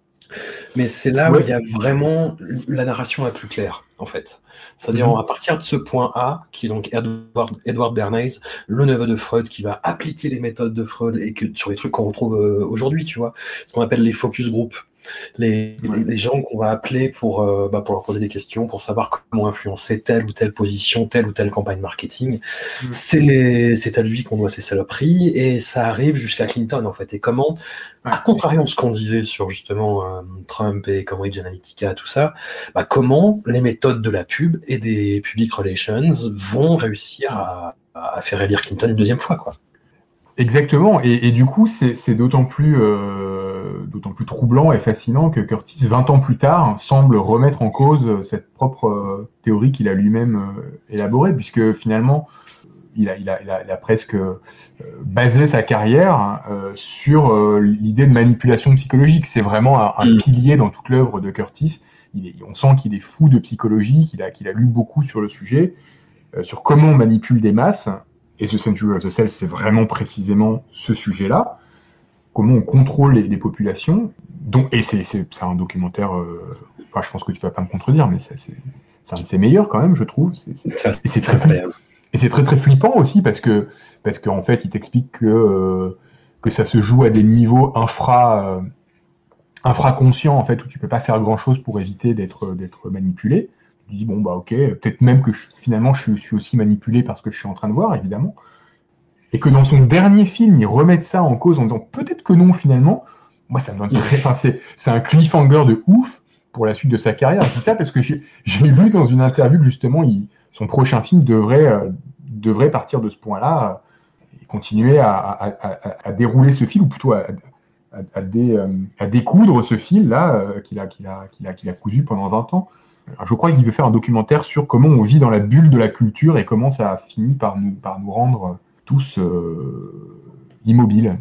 mais c'est là ouais. où il y a vraiment la narration la plus claire, en fait. C'est-à-dire, Mm-hmm. à partir de ce point A, qui est donc Edward, Edward Bernays, le neveu de Freud, qui va appliquer les méthodes de Freud et que, sur les trucs qu'on retrouve euh, aujourd'hui, tu vois, ce qu'on appelle les focus groups. Les, Ouais. les, les gens qu'on va appeler pour, euh, bah, pour leur poser des questions, pour savoir comment influencer telle ou telle position, telle ou telle campagne marketing. Mm. C'est, c'est à lui qu'on doit ces saloperies, et ça arrive jusqu'à Clinton, en fait. Et comment, Ouais. à contrario de ce qu'on disait sur justement euh, Trump et Cambridge Analytica, tout ça, bah, comment les méthodes de la pub et des public relations vont réussir à, à faire élire Clinton une deuxième fois, quoi. Exactement, et, et du coup, c'est, c'est d'autant plus, euh, d'autant plus troublant et fascinant que Curtis, vingt ans plus tard, semble remettre en cause cette propre euh, théorie qu'il a lui-même euh, élaborée, puisque finalement, il a, il a, il a, il a presque euh, basé sa carrière euh, sur euh, l'idée de manipulation psychologique. C'est vraiment un, un Mm. pilier dans toute l'œuvre de Curtis. Il est, on sent qu'il est fou de psychologie, qu'il a, qu'il a lu beaucoup sur le sujet, euh, sur comment on manipule des masses. Et The Century of the Self, c'est vraiment précisément ce sujet-là. Comment on contrôle les, les populations. Donc, et c'est, c'est, c'est un documentaire, euh, enfin, je pense que tu vas pas me contredire, mais c'est, c'est, c'est un de ses meilleurs quand même, je trouve. C'est, c'est, Ça, et c'est c'est très, incroyable. et c'est très très flippant aussi parce que parce qu'en fait, il t'explique que euh, que ça se joue à des niveaux infra euh, infraconscients en fait où tu peux pas faire grand chose pour éviter d'être d'être manipulé. Tu dis bon bah ok, peut-être même que je, finalement je suis, je suis aussi manipulé par ce que je suis en train de voir évidemment. Et que dans son dernier film, il remette ça en cause en disant peut-être que non finalement. Moi ça me donne très, enfin c'est c'est un cliffhanger de ouf pour la suite de sa carrière. Je dis ça parce que j'ai j'ai lu dans une interview que justement il, son prochain film devrait euh, devrait partir de ce point-là euh, et continuer à, à, à, à dérouler ce fil ou plutôt à à, à, dé, euh, à découdre ce fil-là euh, qu'il a qu'il a qu'il a qu'il a cousu pendant vingt ans. Alors, je crois qu'il veut faire un documentaire sur comment on vit dans la bulle de la culture et comment ça a fini par nous, par nous rendre tous euh, immobiles.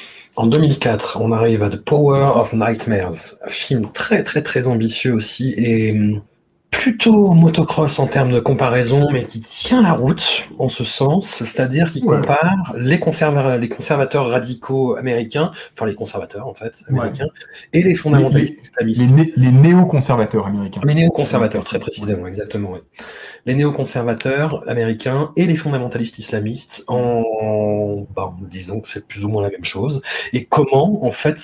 En deux mille quatre, on arrive à The Power of Nightmares, un film très très très ambitieux aussi et hum, plutôt motocross en termes de comparaison, mais qui tient la route en ce sens, c'est-à-dire qu'il Ouais. compare les, conserva- les conservateurs radicaux américains, enfin les conservateurs en fait, américains, et les fondamentalistes islamistes. Les, né- les néo-conservateurs américains. Les néoconservateurs, très précisément, exactement. Oui. Les néoconservateurs américains et les fondamentalistes islamistes, en, ben, disons que c'est plus ou moins la même chose. Et comment, en fait,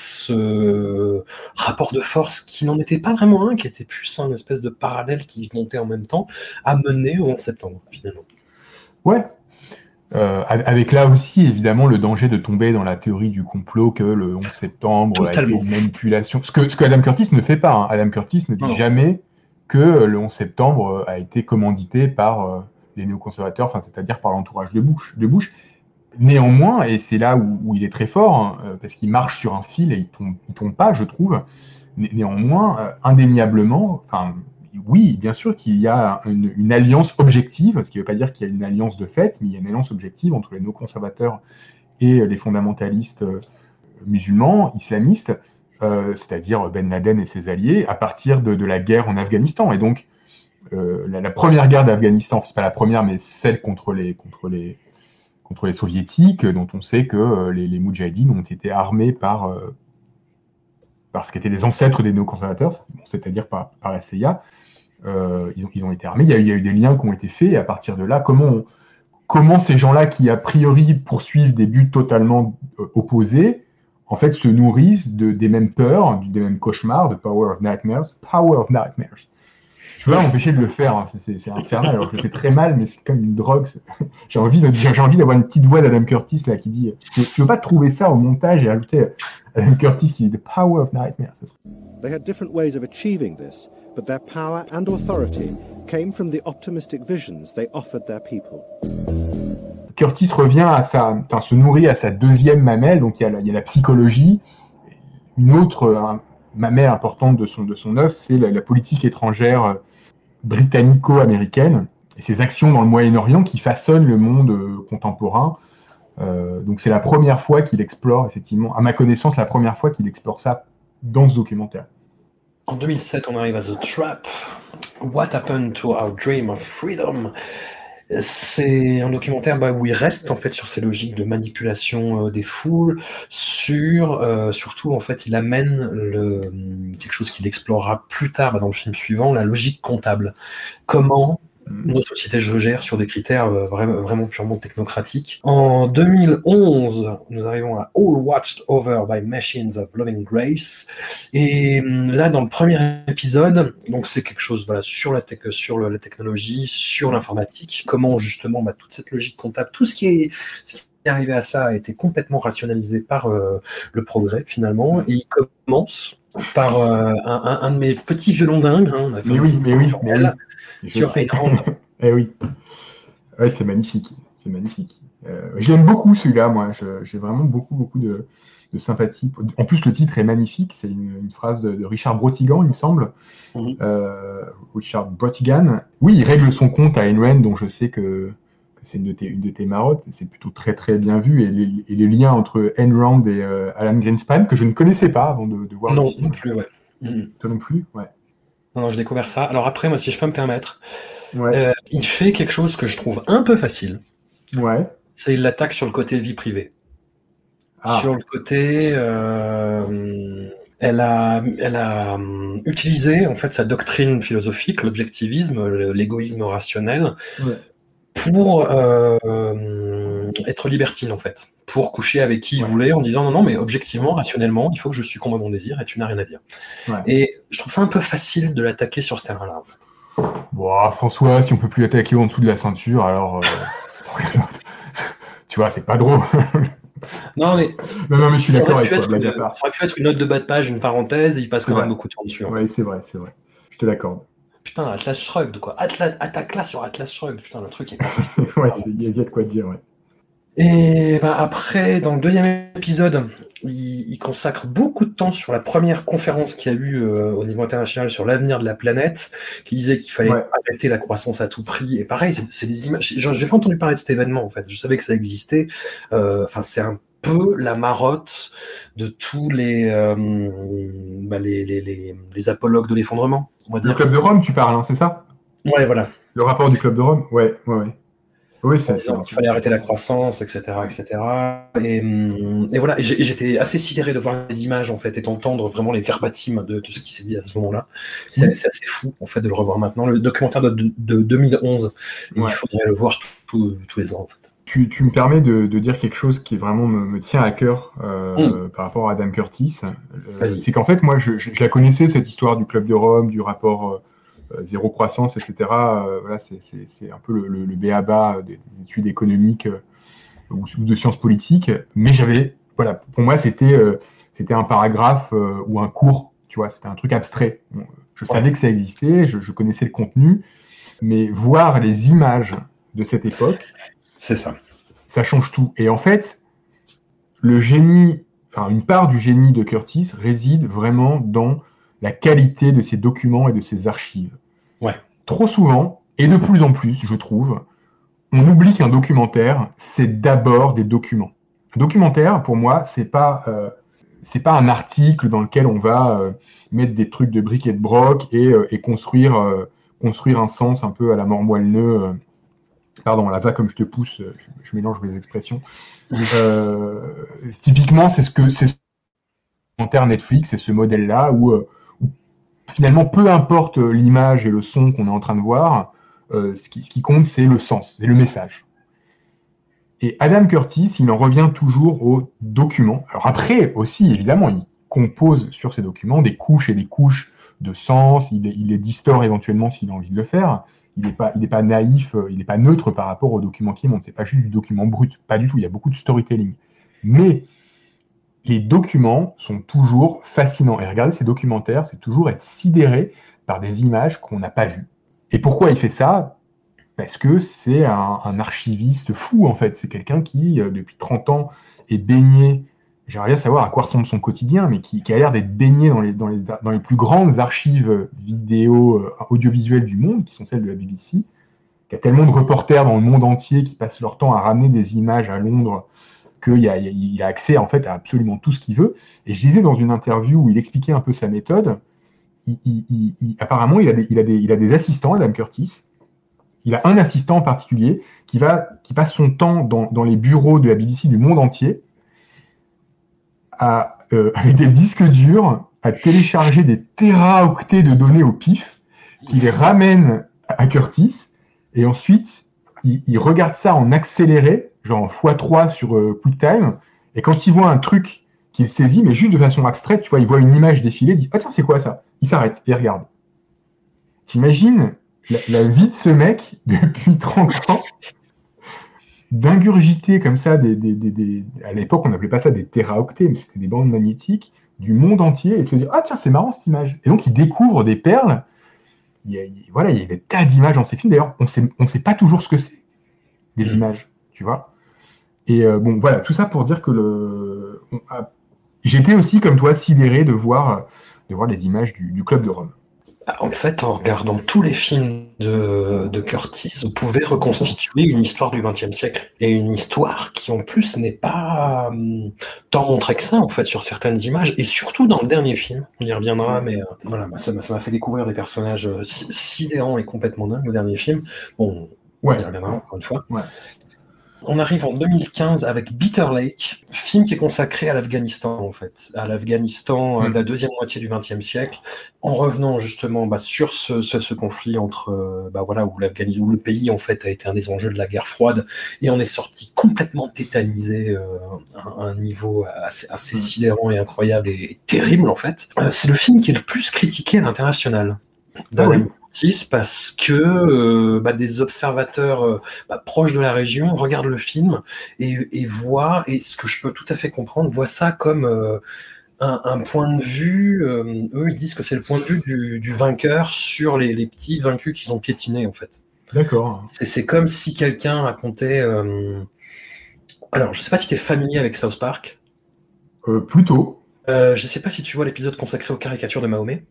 ce rapport de force, qui n'en était pas vraiment un, qui était plus un espèce de parallèle qui montait en même temps, a mené au onze septembre, finalement. Ouais. Euh, avec là aussi, évidemment, le danger de tomber dans la théorie du complot que le onze septembre Totalement. a été une manipulation. Ce que, ce que Adam Curtis ne fait pas. Hein. Adam Curtis ne dit Non. jamais que le onze septembre a été commandité par euh, les néoconservateurs, enfin, c'est-à-dire par l'entourage de Bush. De Bush. Néanmoins, et c'est là où, où il est très fort, hein, parce qu'il marche sur un fil et il tombe, il tombe pas, je trouve. Né- néanmoins, euh, indéniablement, enfin, oui, bien sûr qu'il y a une, une alliance objective, ce qui ne veut pas dire qu'il y a une alliance de fait, mais il y a une alliance objective entre les néoconservateurs et les fondamentalistes euh, musulmans, islamistes, euh, c'est-à-dire Ben Laden et ses alliés, à partir de, de la guerre en Afghanistan. Et donc, euh, la, la première guerre d'Afghanistan, c'est pas la première, mais celle contre les, contre les, contre les soviétiques, dont on sait que euh, les, les moudjahidines ont été armés par, euh, par ce qu'étaient les ancêtres des néoconservateurs, c'est-à-dire par, par la C I A. Euh, ils, ont, ils ont été armés, il y, a, il y a eu des liens qui ont été faits, et à partir de là, comment, on, comment ces gens-là qui, a priori, poursuivent des buts totalement euh, opposés, en fait, se nourrissent de, des mêmes peurs, des mêmes cauchemars, de Power of Nightmares. Power of Nightmares. Je peux pas m'empêcher de le faire, hein. c'est, c'est, c'est infernal, alors je le fais très mal, mais c'est comme une drogue. J'ai envie, de, j'ai envie d'avoir une petite voix d'Adam Curtis là, qui dit « Tu veux pas trouver ça au montage et ajouter Adam Curtis qui dit « The Power of Nightmares ». They had different ways of achieving this, but their power and authority came from the optimistic visions they offered their people. Curtis revient à sa, enfin, se nourrit à sa deuxième mamelle, donc il y a la, il y a la psychologie. Une autre un, mamelle importante de son, de son œuvre, c'est la, la politique étrangère britannico-américaine et ses actions dans le Moyen-Orient qui façonnent le monde euh, contemporain. Euh, donc c'est la première fois qu'il explore, effectivement, à ma connaissance, la première fois qu'il explore ça dans ce documentaire. En deux mille sept, on arrive à The Trap. What happened to our dream of freedom? C'est un documentaire bah, où il reste en fait sur ces logiques de manipulation euh, des foules, sur euh, surtout en fait il amène le, quelque chose qu'il explorera plus tard bah, dans le film suivant, la logique comptable. Comment nos sociétés se gèrent sur des critères euh, vraiment, vraiment purement technocratiques. En deux mille onze, nous arrivons à All Watched Over by Machines of Loving Grace. Et là, dans le premier épisode, donc c'est quelque chose voilà, sur, la, te- sur le, la technologie, sur l'informatique, comment justement bah, toute cette logique comptable, tout ce qui est, ce qui est arrivé à ça a été complètement rationalisé par euh, le progrès finalement. Et il commence par euh, un, un, un de mes petits violons dingues. Hein, on a fait Mais un oui, petit mais oui, sur mais elle, oui. sur Ayn Rand. Eh oui. Ouais, c'est magnifique. C'est magnifique. Euh, j'aime beaucoup celui-là, moi. Je- j'ai vraiment beaucoup, beaucoup de, de sympathie. En plus, le titre est magnifique. C'est une, une phrase de, de Richard Brotigan, il me semble. Mhm. Euh, Richard Brotigan. Oui, il règle son compte à Ayn Rand, dont je sais que, que c'est une de tes, une de tes marottes. C'est plutôt très, très bien vu. Et les, et les liens entre Ayn Rand et euh, Alan Greenspan, que je ne connaissais pas avant de, de voir le Non, film. non plus, ouais. Mhm. Toi non plus? Ouais. Non, non, j'ai découvert ça. Alors après, moi, si je peux me permettre, Ouais. euh, il fait quelque chose que je trouve un peu facile. Ouais. C'est il l'attaque sur le côté vie privée. Ah. Sur le côté, euh, elle a, elle a hum, utilisé en fait sa doctrine philosophique, l'objectivisme, le- l'égoïsme rationnel, Ouais. pour euh, hum, être libertine en fait, pour coucher avec qui il Ouais. voulait en disant non non mais objectivement, rationnellement, il faut que je succombe à mon désir et tu n'as rien à dire. Ouais. Et je trouve ça un peu facile de l'attaquer sur ce terrain-là. En fait. Bon, ah, François, si on peut plus attaquer en dessous de la ceinture, alors. euh, tu vois, c'est pas drôle. Non mais, Non, non, mais je suis ça d'accord aurait avec pu toi, être blague à une- part. ça aurait pu être une note de bas de page, une parenthèse, et il passe C'est quand même vrai. beaucoup de temps dessus. hein. Ouais, c'est vrai, c'est vrai. Je te l'accorde. Putain, Atlas Shrugged, quoi. Atlas, attaque là sur Atlas Shrugged. Putain, le truc est pas possible. Ouais, c'est- il y a il y a de quoi dire, ouais. Et bah, après, dans le deuxième épisode, il, il consacre beaucoup de temps sur la première conférence qu'il y a eu euh, au niveau international sur l'avenir de la planète, qui disait qu'il fallait Ouais. arrêter la croissance à tout prix. Et pareil, c'est, c'est des images. J'ai, j'ai pas entendu parler de cet événement, en fait. Je savais que ça existait. Euh, Enfin, c'est un peu la marotte de tous les, euh, bah, les, les, les, les apologues de l'effondrement, on va Le dire. Club de Rome, tu parles, hein, c'est ça? Ouais, voilà. Le rapport du Club de Rome? Ouais, ouais, ouais. Oui, En c'est disant ça. qu'il fallait arrêter la croissance, et cetera, et cetera. Et, hum, et voilà, et j'ai- j'étais assez sidéré de voir les images, en fait, et d'entendre vraiment les verbatims de, de ce qui s'est dit à ce moment-là. C'est Oui. c'est assez fou, en fait, de le revoir maintenant. Le documentaire de, de, de deux mille onze, et Ouais. il faudrait le voir tout- tout- tous les ans, en fait. Tu, tu me permets de, de dire quelque chose qui vraiment me, me tient à cœur euh, par rapport à Adam Curtis. Euh, Vas-y. c'est qu'en fait, moi, je, je, je la connaissais, cette histoire du Club de Rome, du rapport euh, zéro croissance, et cetera. Euh, voilà, c'est, c'est, c'est un peu le, le, le b a ba des, des études économiques euh, ou, ou de sciences politiques. Mais j'avais, voilà, pour moi, c'était, euh, c'était un paragraphe euh, ou un cours, tu vois, c'était un truc abstrait. Bon, je savais que ça existait, je, je connaissais le contenu, mais voir les images de cette époque, C'est ça. ça change tout. Et en fait, le génie, enfin une part du génie de Curtis réside vraiment dans la qualité de ses documents et de ses archives. Ouais. Trop souvent, et de plus en plus, je trouve, on oublie qu'un documentaire, c'est d'abord des documents. Un documentaire, pour moi, c'est pas, euh, c'est pas un article dans lequel on va euh, mettre des trucs de briques et de broc et, euh, et construire, euh, construire un sens un peu à la mort moelle-neu. Euh, Pardon, la va comme je te pousse, je, je mélange mes expressions. Euh, typiquement, c'est ce que c'est ce documentaire Netflix, c'est ce modèle-là où, euh, où finalement, peu importe l'image et le son qu'on est en train de voir, euh, ce, qui, ce qui compte, c'est le sens, c'est le message. Et Adam Curtis, il en revient toujours aux documents. Alors après, aussi, évidemment, il compose sur ces documents des couches et des couches de sens, il, il les distord éventuellement s'il a envie de le faire. Il n'est pas, il n'est pas naïf, il n'est pas neutre par rapport au document qui monte. C'est pas juste du document brut, pas du tout. Il y a beaucoup de storytelling. Mais les documents sont toujours fascinants. Et regarder ces documentaires, c'est toujours être sidéré par des images qu'on n'a pas vues. Et pourquoi il fait ça? Parce que c'est un, un archiviste fou, en fait. C'est quelqu'un qui, euh, depuis trente ans, est baigné. J'aimerais bien savoir à quoi ressemble son quotidien, mais qui, qui a l'air d'être baigné dans les, dans, les, dans les plus grandes archives vidéo, euh, audiovisuelles du monde, qui sont celles de la B B C, qui a tellement de reporters dans le monde entier qui passent leur temps à ramener des images à Londres, qu'il a, il a accès en fait à absolument tout ce qu'il veut. Et je disais dans une interview où il expliquait un peu sa méthode, il, il, il, il, apparemment il a, des, il, a des, il a des assistants, Adam Curtis, il a un assistant en particulier qui, va, qui passe son temps dans, dans les bureaux de la B B C du monde entier à, euh, avec des disques durs à télécharger des téraoctets de données au pif, qui les ramène à Curtis, et ensuite, il, il regarde ça en accéléré, genre en fois trois sur euh, QuickTime, et quand il voit un truc qu'il saisit, mais juste de façon abstraite, tu vois, il voit une image défiler, il dit « Ah tiens, c'est quoi ça ?» Il s'arrête et il regarde. T'imagines la, la vie de ce mec, depuis trente ans, d'ingurgiter comme ça, des, des, des, des... à l'époque, on n'appelait pas ça des téraoctets, mais c'était des bandes magnétiques, du monde entier, et de se dire « Ah tiens, c'est marrant cette image !» Et donc, il découvre des perles. Il y a, il, voilà, il y a des tas d'images dans ces films. D'ailleurs, on sait, on sait pas toujours ce que c'est, les mmh. images, tu vois. Et euh, bon, voilà, tout ça pour dire que le... On a... j'étais aussi, comme toi, sidéré de voir, de voir les images du, du Club de Rome. En fait, en regardant tous les films de, de Curtis, vous pouvez reconstituer une histoire du vingtième siècle. Et une histoire qui, en plus, n'est pas euh, tant montrée que ça, en fait, sur certaines images. Et surtout dans le dernier film, on y reviendra, mais euh, voilà, ça m'a, ça m'a fait découvrir des personnages euh, sidérants et complètement dingues, le dernier film. Bon, ouais. on y reviendra encore une fois. Ouais. On arrive en deux mille quinze avec Bitter Lake, film qui est consacré à l'Afghanistan, en fait, à l'Afghanistan mmh. de la deuxième moitié du vingtième siècle, en revenant justement bah, sur ce, ce, ce conflit entre, euh, bah, voilà, où, l'Afghanistan, où le pays en fait a été un des enjeux de la guerre froide, et on est sorti complètement tétanisé euh, à un niveau assez, assez mmh. sidérant et incroyable et, et terrible en fait. Euh, c'est le film qui est le plus critiqué à l'international. Ah oui. Parce que euh, bah, des observateurs euh, bah, proches de la région regardent le film et, et voient, et ce que je peux tout à fait comprendre, voient ça comme euh, un, un point de vue, euh, eux ils disent que c'est le point de vue du, du vainqueur sur les, les petits vaincus qu'ils ont piétinés en fait. D'accord. C'est, c'est comme si quelqu'un racontait... Euh... Alors je sais pas si tu es familier avec South Park. Euh, plutôt. Euh, je sais pas si tu vois l'épisode consacré aux caricatures de Mahomet.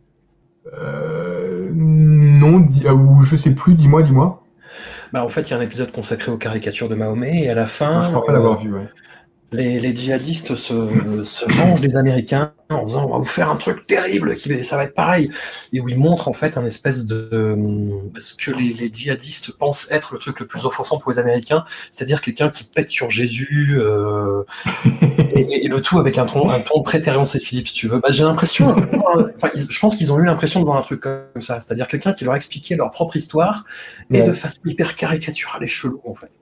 Euh, non, dis, ou je sais plus, dis-moi, dis-moi. Bah, en fait, il y a un épisode consacré aux caricatures de Mahomet, et à la fin, non, je crois pas euh, l'avoir vu, ouais. les, les djihadistes se, se vengent des Américains en disant on va vous faire un truc terrible, qui, ça va être pareil, et où ils montrent en fait un espèce de ce que les, les djihadistes pensent être le truc le plus offensant pour les Américains, c'est-à-dire quelqu'un qui pète sur Jésus, euh, et, et le tout avec un ton, un ton très Terence et Phillips, si tu veux. Bah, j'ai l'impression, enfin, je pense qu'ils ont eu l'impression de voir un truc comme ça, c'est-à-dire quelqu'un qui leur expliquait leur propre histoire, ouais. et de façon hyper caricaturale et chelou en fait.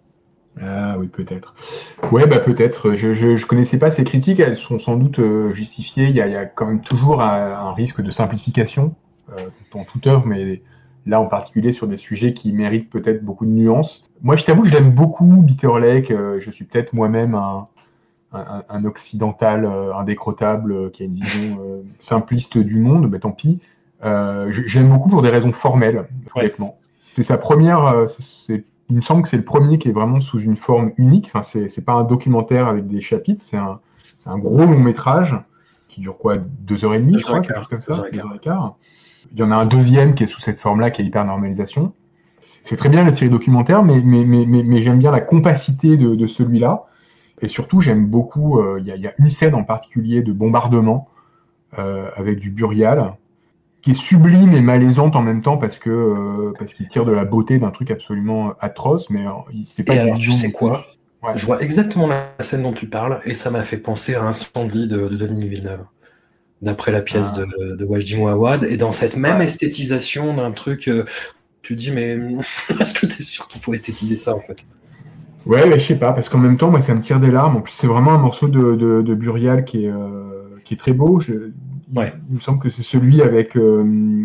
Ah oui, peut-être. Ouais, bah peut-être. Je, je, je connaissais pas ces critiques, elles sont sans doute euh, justifiées. Il y, a, il y a quand même toujours un, un risque de simplification euh, dans toute œuvre, mais là en particulier sur des sujets qui méritent peut-être beaucoup de nuances. Moi, je t'avoue que j'aime beaucoup Bitter Lake. Euh, je suis peut-être moi-même un, un, un occidental euh, indécrottable euh, qui a une vision euh, simpliste du monde. Bah tant pis. Euh, j'aime beaucoup pour des raisons formelles, honnêtement. Ouais. C'est sa première. Euh, c'est, Il me semble que c'est le premier qui est vraiment sous une forme unique. Enfin, c'est, c'est pas un documentaire avec des chapitres, c'est un, c'est un gros long métrage qui dure quoi, deux heures et demie, je crois, quelque chose comme ça, deux heures et quart. Il y en a un deuxième qui est sous cette forme-là, qui est Hypernormalisation. C'est très bien la série documentaire, mais, mais, mais, mais, mais j'aime bien la compacité de, de celui-là. Et surtout, j'aime beaucoup, il euh, y, y a une scène en particulier de bombardement euh, avec du Burial, qui est sublime et malaisante en même temps parce que euh, parce qu'il tire de la beauté d'un truc absolument atroce, mais euh, c'était pas. Et alors tu sais quoi, ouais. Je vois exactement la scène dont tu parles et ça m'a fait penser à Incendie de, de Denis Villeneuve, d'après la pièce ah. de, de Wajdi Mouawad, et dans cette même ouais. esthétisation d'un truc, euh, tu te dis mais est-ce que t'es sûr qu'il faut esthétiser ça en fait? Ouais, mais je sais pas, parce qu'en même temps, moi, ça me tire des larmes. En plus, c'est vraiment un morceau de, de, de Burial qui est euh, qui est très beau. Je... Ouais. Il me semble que c'est celui avec. Euh,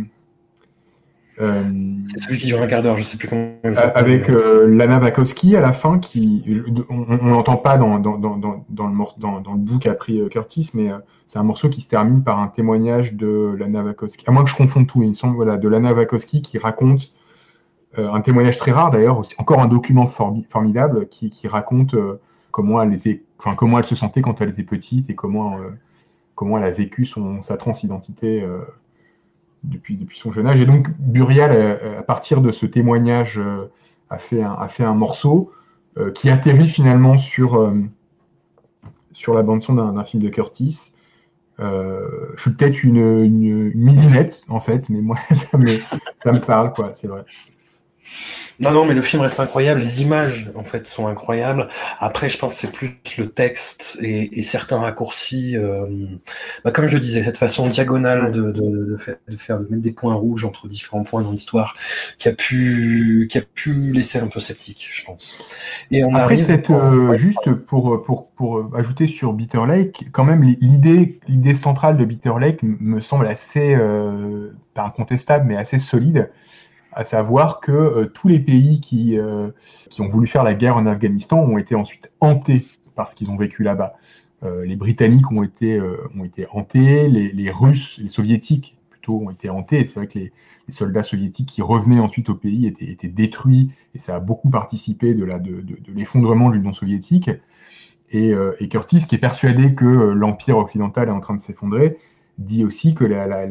euh, c'est celui qui dure un quart d'heure, je sais plus comment il s'appelle. Avec euh, Lana Wachowski à la fin, qui on n'entend pas dans dans dans dans dans le dans, dans le bout qu'a pris Curtis, mais euh, c'est un morceau qui se termine par un témoignage de Lana Wachowski. À moins que je confonde tout, il me semble voilà de Lana Wachowski qui raconte euh, un témoignage très rare d'ailleurs, aussi, encore un document formi- formidable qui qui raconte euh, comment elle était, enfin comment elle se sentait quand elle était petite et comment euh, comment elle a vécu son, sa transidentité euh, depuis, depuis son jeune âge. Et donc, Burial, euh, à partir de ce témoignage, euh, a, fait un, a fait un morceau euh, qui atterrit finalement sur, euh, sur la bande-son d'un, d'un film de Curtis. Euh, je suis peut-être une, une, une midinette, en fait, mais moi, ça me, ça me parle, quoi, c'est vrai. Non, non, mais le film reste incroyable. Les images, en fait, sont incroyables. Après, je pense que c'est plus le texte et, et certains raccourcis. Euh, bah, comme je disais, cette façon diagonale de, de, de, faire, de faire de mettre des points rouges entre différents points dans l'histoire, qui a pu, qui a pu laisser un peu sceptique, je pense. Et on Après, arrive. cette, euh, ouais. juste pour, pour, pour ajouter sur Bitter Lake, quand même, l'idée, l'idée centrale de Bitter Lake me semble assez, euh, pas incontestable, mais assez solide. À savoir que euh, tous les pays qui, euh, qui ont voulu faire la guerre en Afghanistan ont été ensuite hantés par ce qu'ils ont vécu là-bas. Euh, les Britanniques ont été, euh, ont été hantés, les, les Russes, les Soviétiques plutôt ont été hantés. Et c'est vrai que les, les soldats soviétiques qui revenaient ensuite au pays étaient, étaient détruits, et ça a beaucoup participé de, la, de, de, de l'effondrement de l'Union soviétique. Et, euh, et Curtis, qui est persuadé que l'Empire occidental est en train de s'effondrer, dit aussi que la, la,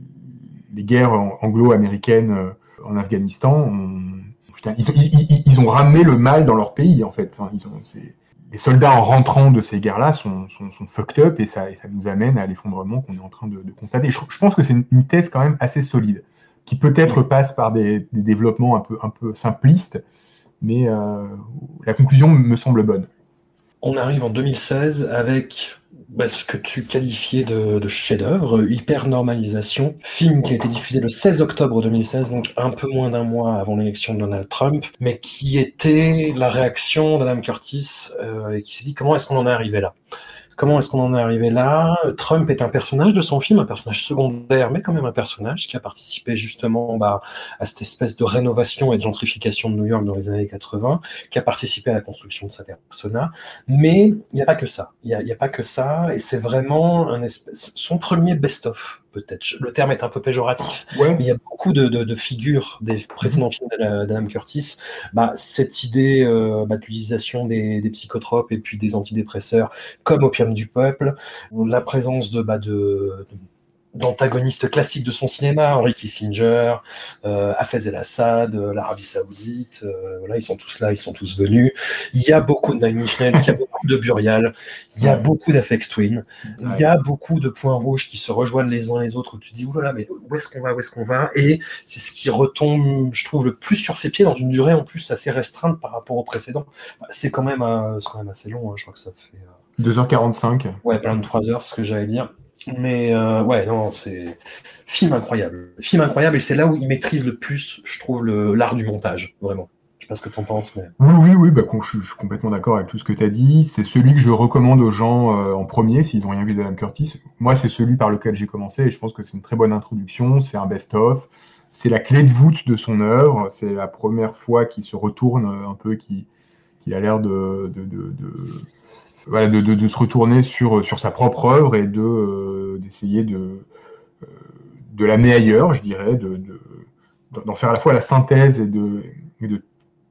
les guerres anglo-américaines euh, en Afghanistan, on... Putain, ils, ont, ils, ils ont ramené le mal dans leur pays, en fait. Enfin, ils ont, c'est... Les soldats, en rentrant de ces guerres-là, sont, sont, sont fucked up, et ça, et ça nous amène à l'effondrement qu'on est en train de, de constater. Je, je pense que c'est une, une thèse quand même assez solide, qui peut-être passe par des, des développements un peu, un peu simplistes, mais euh, la conclusion me semble bonne. On arrive en deux mille seize avec bah, ce que tu qualifiais de, de chef-d'œuvre, Hypernormalisation, film qui a été diffusé le seize octobre deux mille seize, donc un peu moins d'un mois avant l'élection de Donald Trump, mais qui était la réaction d'Adam Curtis euh, et qui s'est dit comment est-ce qu'on en est arrivé là ? Comment est-ce qu'on en est arrivé là ? Trump est un personnage de son film, un personnage secondaire, mais quand même un personnage qui a participé justement bah, à cette espèce de rénovation et de gentrification de New York dans les années quatre-vingts, qui a participé à la construction de sa persona. Mais il n'y a pas que ça. Il n'y a, a pas que ça, et c'est vraiment un espèce, son premier best-of. Peut-être. Le terme est un peu péjoratif, ouais. Mais il y a beaucoup de, de, de figures des précédents films d'Adam Curtis. Bah, cette idée euh, bah, de l'utilisation des, des psychotropes et puis des antidépresseurs comme opium du peuple, la présence de, bah, de, de d'antagonistes classiques de son cinéma, Henry Kissinger, euh, Hafez el-Assad, euh, l'Arabie Saoudite, euh, voilà, ils sont tous là, ils sont tous venus. Il y a beaucoup de Nine Inch Nails, il y a beaucoup de Burial, il y a beaucoup d'Aphex Twin, il y a beaucoup de points rouges qui se rejoignent les uns les autres, où tu te dis, oulala, mais où est-ce qu'on va, où est-ce qu'on va ? Et c'est ce qui retombe, je trouve, le plus sur ses pieds dans une durée en plus assez restreinte par rapport au précédent. C'est quand même, euh, c'est quand même assez long, hein, je crois que ça fait... Euh... deux heures quarante-cinq. Ouais, plein de trois heures, ce que j'allais dire. Mais euh, ouais, non, c'est film incroyable. Film incroyable, et c'est là où il maîtrise le plus, je trouve, le, l'art du montage, vraiment. Je sais pas ce que t'en penses, mais... Oui, oui, oui, bah, je, je suis complètement d'accord avec tout ce que t'as dit. C'est celui que je recommande aux gens euh, en premier, s'ils n'ont rien vu d'Adam Curtis. Moi, c'est celui par lequel j'ai commencé, et je pense que c'est une très bonne introduction. C'est un best-of. C'est la clé de voûte de son œuvre. C'est la première fois qu'il se retourne un peu, qu'il, qu'il a l'air de... de, de, de... Voilà, de, de, de se retourner sur, sur sa propre œuvre et de, euh, d'essayer de, euh, de l'amener ailleurs, je dirais, de, de, d'en faire à la fois la synthèse et de, et de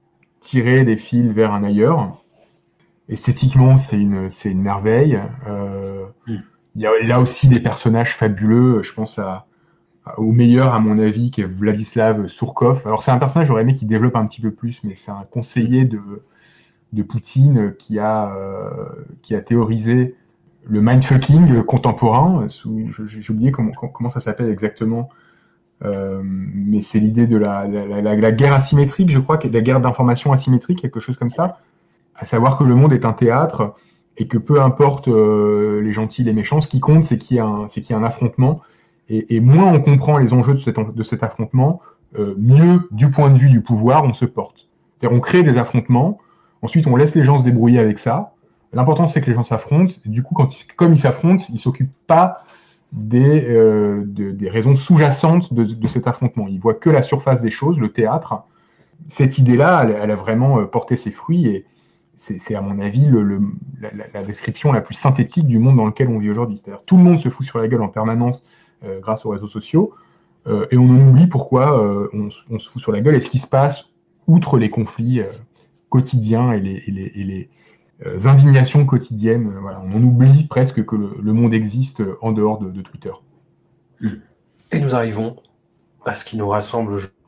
tirer des fils vers un ailleurs. Esthétiquement, c'est une, c'est une merveille. Euh, mm. Il y a là aussi des personnages fabuleux. Je pense à, à, au meilleur, à mon avis, qui est Vladislav Surkov. Alors, c'est un personnage, j'aurais aimé qu'il développe un petit peu plus, mais c'est un conseiller de... de Poutine qui a, euh, qui a théorisé le mindfucking contemporain. Sous, j'ai oublié comment, comment ça s'appelle exactement, euh, mais c'est l'idée de la, la, la, la guerre asymétrique, je crois, la guerre d'information asymétrique, quelque chose comme ça, à savoir que le monde est un théâtre et que peu importe euh, les gentils, les méchants, ce qui compte, c'est qu'il y a un, c'est qu'il y a un affrontement, et, et moins on comprend les enjeux de cet, de cet affrontement, euh, mieux, du point de vue du pouvoir, on se porte. C'est-à-dire on crée des affrontements. Ensuite, on laisse les gens se débrouiller avec ça. L'important, c'est que les gens s'affrontent. Et du coup, quand ils, comme ils s'affrontent, ils ne s'occupent pas des, euh, de, des raisons sous-jacentes de, de cet affrontement. Ils ne voient que la surface des choses, le théâtre. Cette idée-là, elle, elle a vraiment porté ses fruits. Et c'est, c'est à mon avis, le, le, la, la description la plus synthétique du monde dans lequel on vit aujourd'hui. C'est-à-dire tout le monde se fout sur la gueule en permanence euh, grâce aux réseaux sociaux. Euh, et on en oublie pourquoi euh, on, on se fout sur la gueule et ce qui se passe outre les conflits euh, quotidiens et les, et les, et les euh, indignations quotidiennes. Euh, voilà. On en oublie presque que le, le monde existe en dehors de, de Twitter. Et nous arrivons à ce qui nous rassemble, je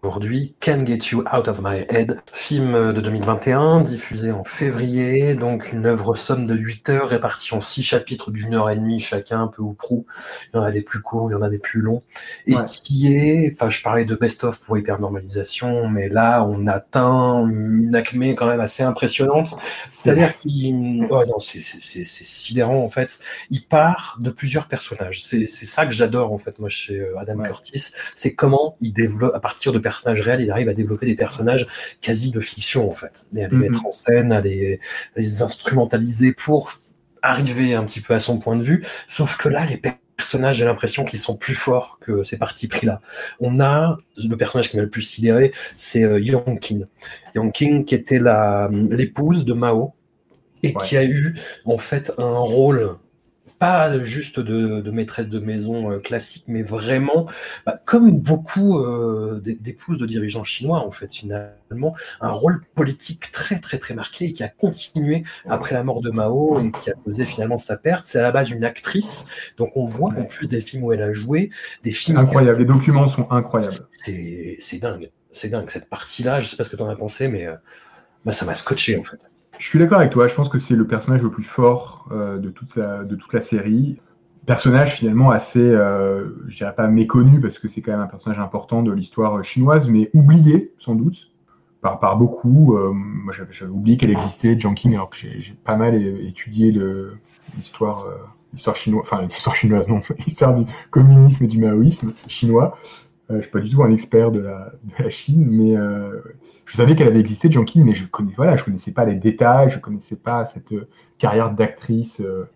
aujourd'hui, Can't Get You Out of My Head, film de deux mille vingt et un, diffusé en février, donc une œuvre somme de huit heures, répartie en six chapitres d'une heure et demie chacun, peu ou prou. Il y en a des plus courts, il y en a des plus longs, et ouais. qui est, enfin je parlais de best-of pour Hypernormalisation, mais là on atteint une acmé quand même assez impressionnante, c'est-à-dire qu'il, oh non, c'est, c'est, c'est, c'est sidérant en fait, il part de plusieurs personnages, c'est, c'est ça que j'adore en fait moi chez Adam ouais. Curtis, c'est comment il développe, à partir de personnages réels, il arrive à développer des personnages quasi de fiction en fait, et à les mm-hmm. mettre en scène, à les, à les instrumentaliser pour arriver un petit peu à son point de vue, sauf que là les personnages, j'ai l'impression qu'ils sont plus forts que ces partis pris-là. On a, le personnage qui m'a le plus sidéré, c'est euh, Yonkin. Yonkin qui était la, l'épouse de Mao, et ouais. qui a eu, en fait, un rôle, pas juste de, de maîtresse de maison euh, classique, mais vraiment, bah, comme beaucoup euh, d'épouses de dirigeants chinois, en fait, finalement, un rôle politique très, très, très marqué, et qui a continué après la mort de Mao, et qui a causé finalement sa perte. C'est à la base une actrice, donc on voit, en plus des films où elle a joué, des films... Incroyable, les documents sont incroyables. C'est, c'est dingue, c'est dingue, cette partie-là, je sais pas ce que t'en as pensé, mais euh, bah, ça m'a scotché, en fait. Je suis d'accord avec toi, je pense que c'est le personnage le plus fort euh, de, toute sa, de toute la série. Personnage finalement assez, euh, je dirais pas méconnu, parce que c'est quand même un personnage important de l'histoire chinoise, mais oublié sans doute par, par beaucoup. Euh, moi j'avais, j'avais oublié qu'elle existait, Yonkin, alors que j'ai, j'ai pas mal étudié le, l'histoire, euh, l'histoire chinoise, enfin l'histoire chinoise non, l'histoire du communisme et du maoïsme chinois. Euh, je suis pas du tout un expert de la, de la Chine, mais euh, je savais qu'elle avait existé, Yonkin, mais je connais, voilà, je connaissais pas les détails, je connaissais pas cette euh, carrière d'actrice euh,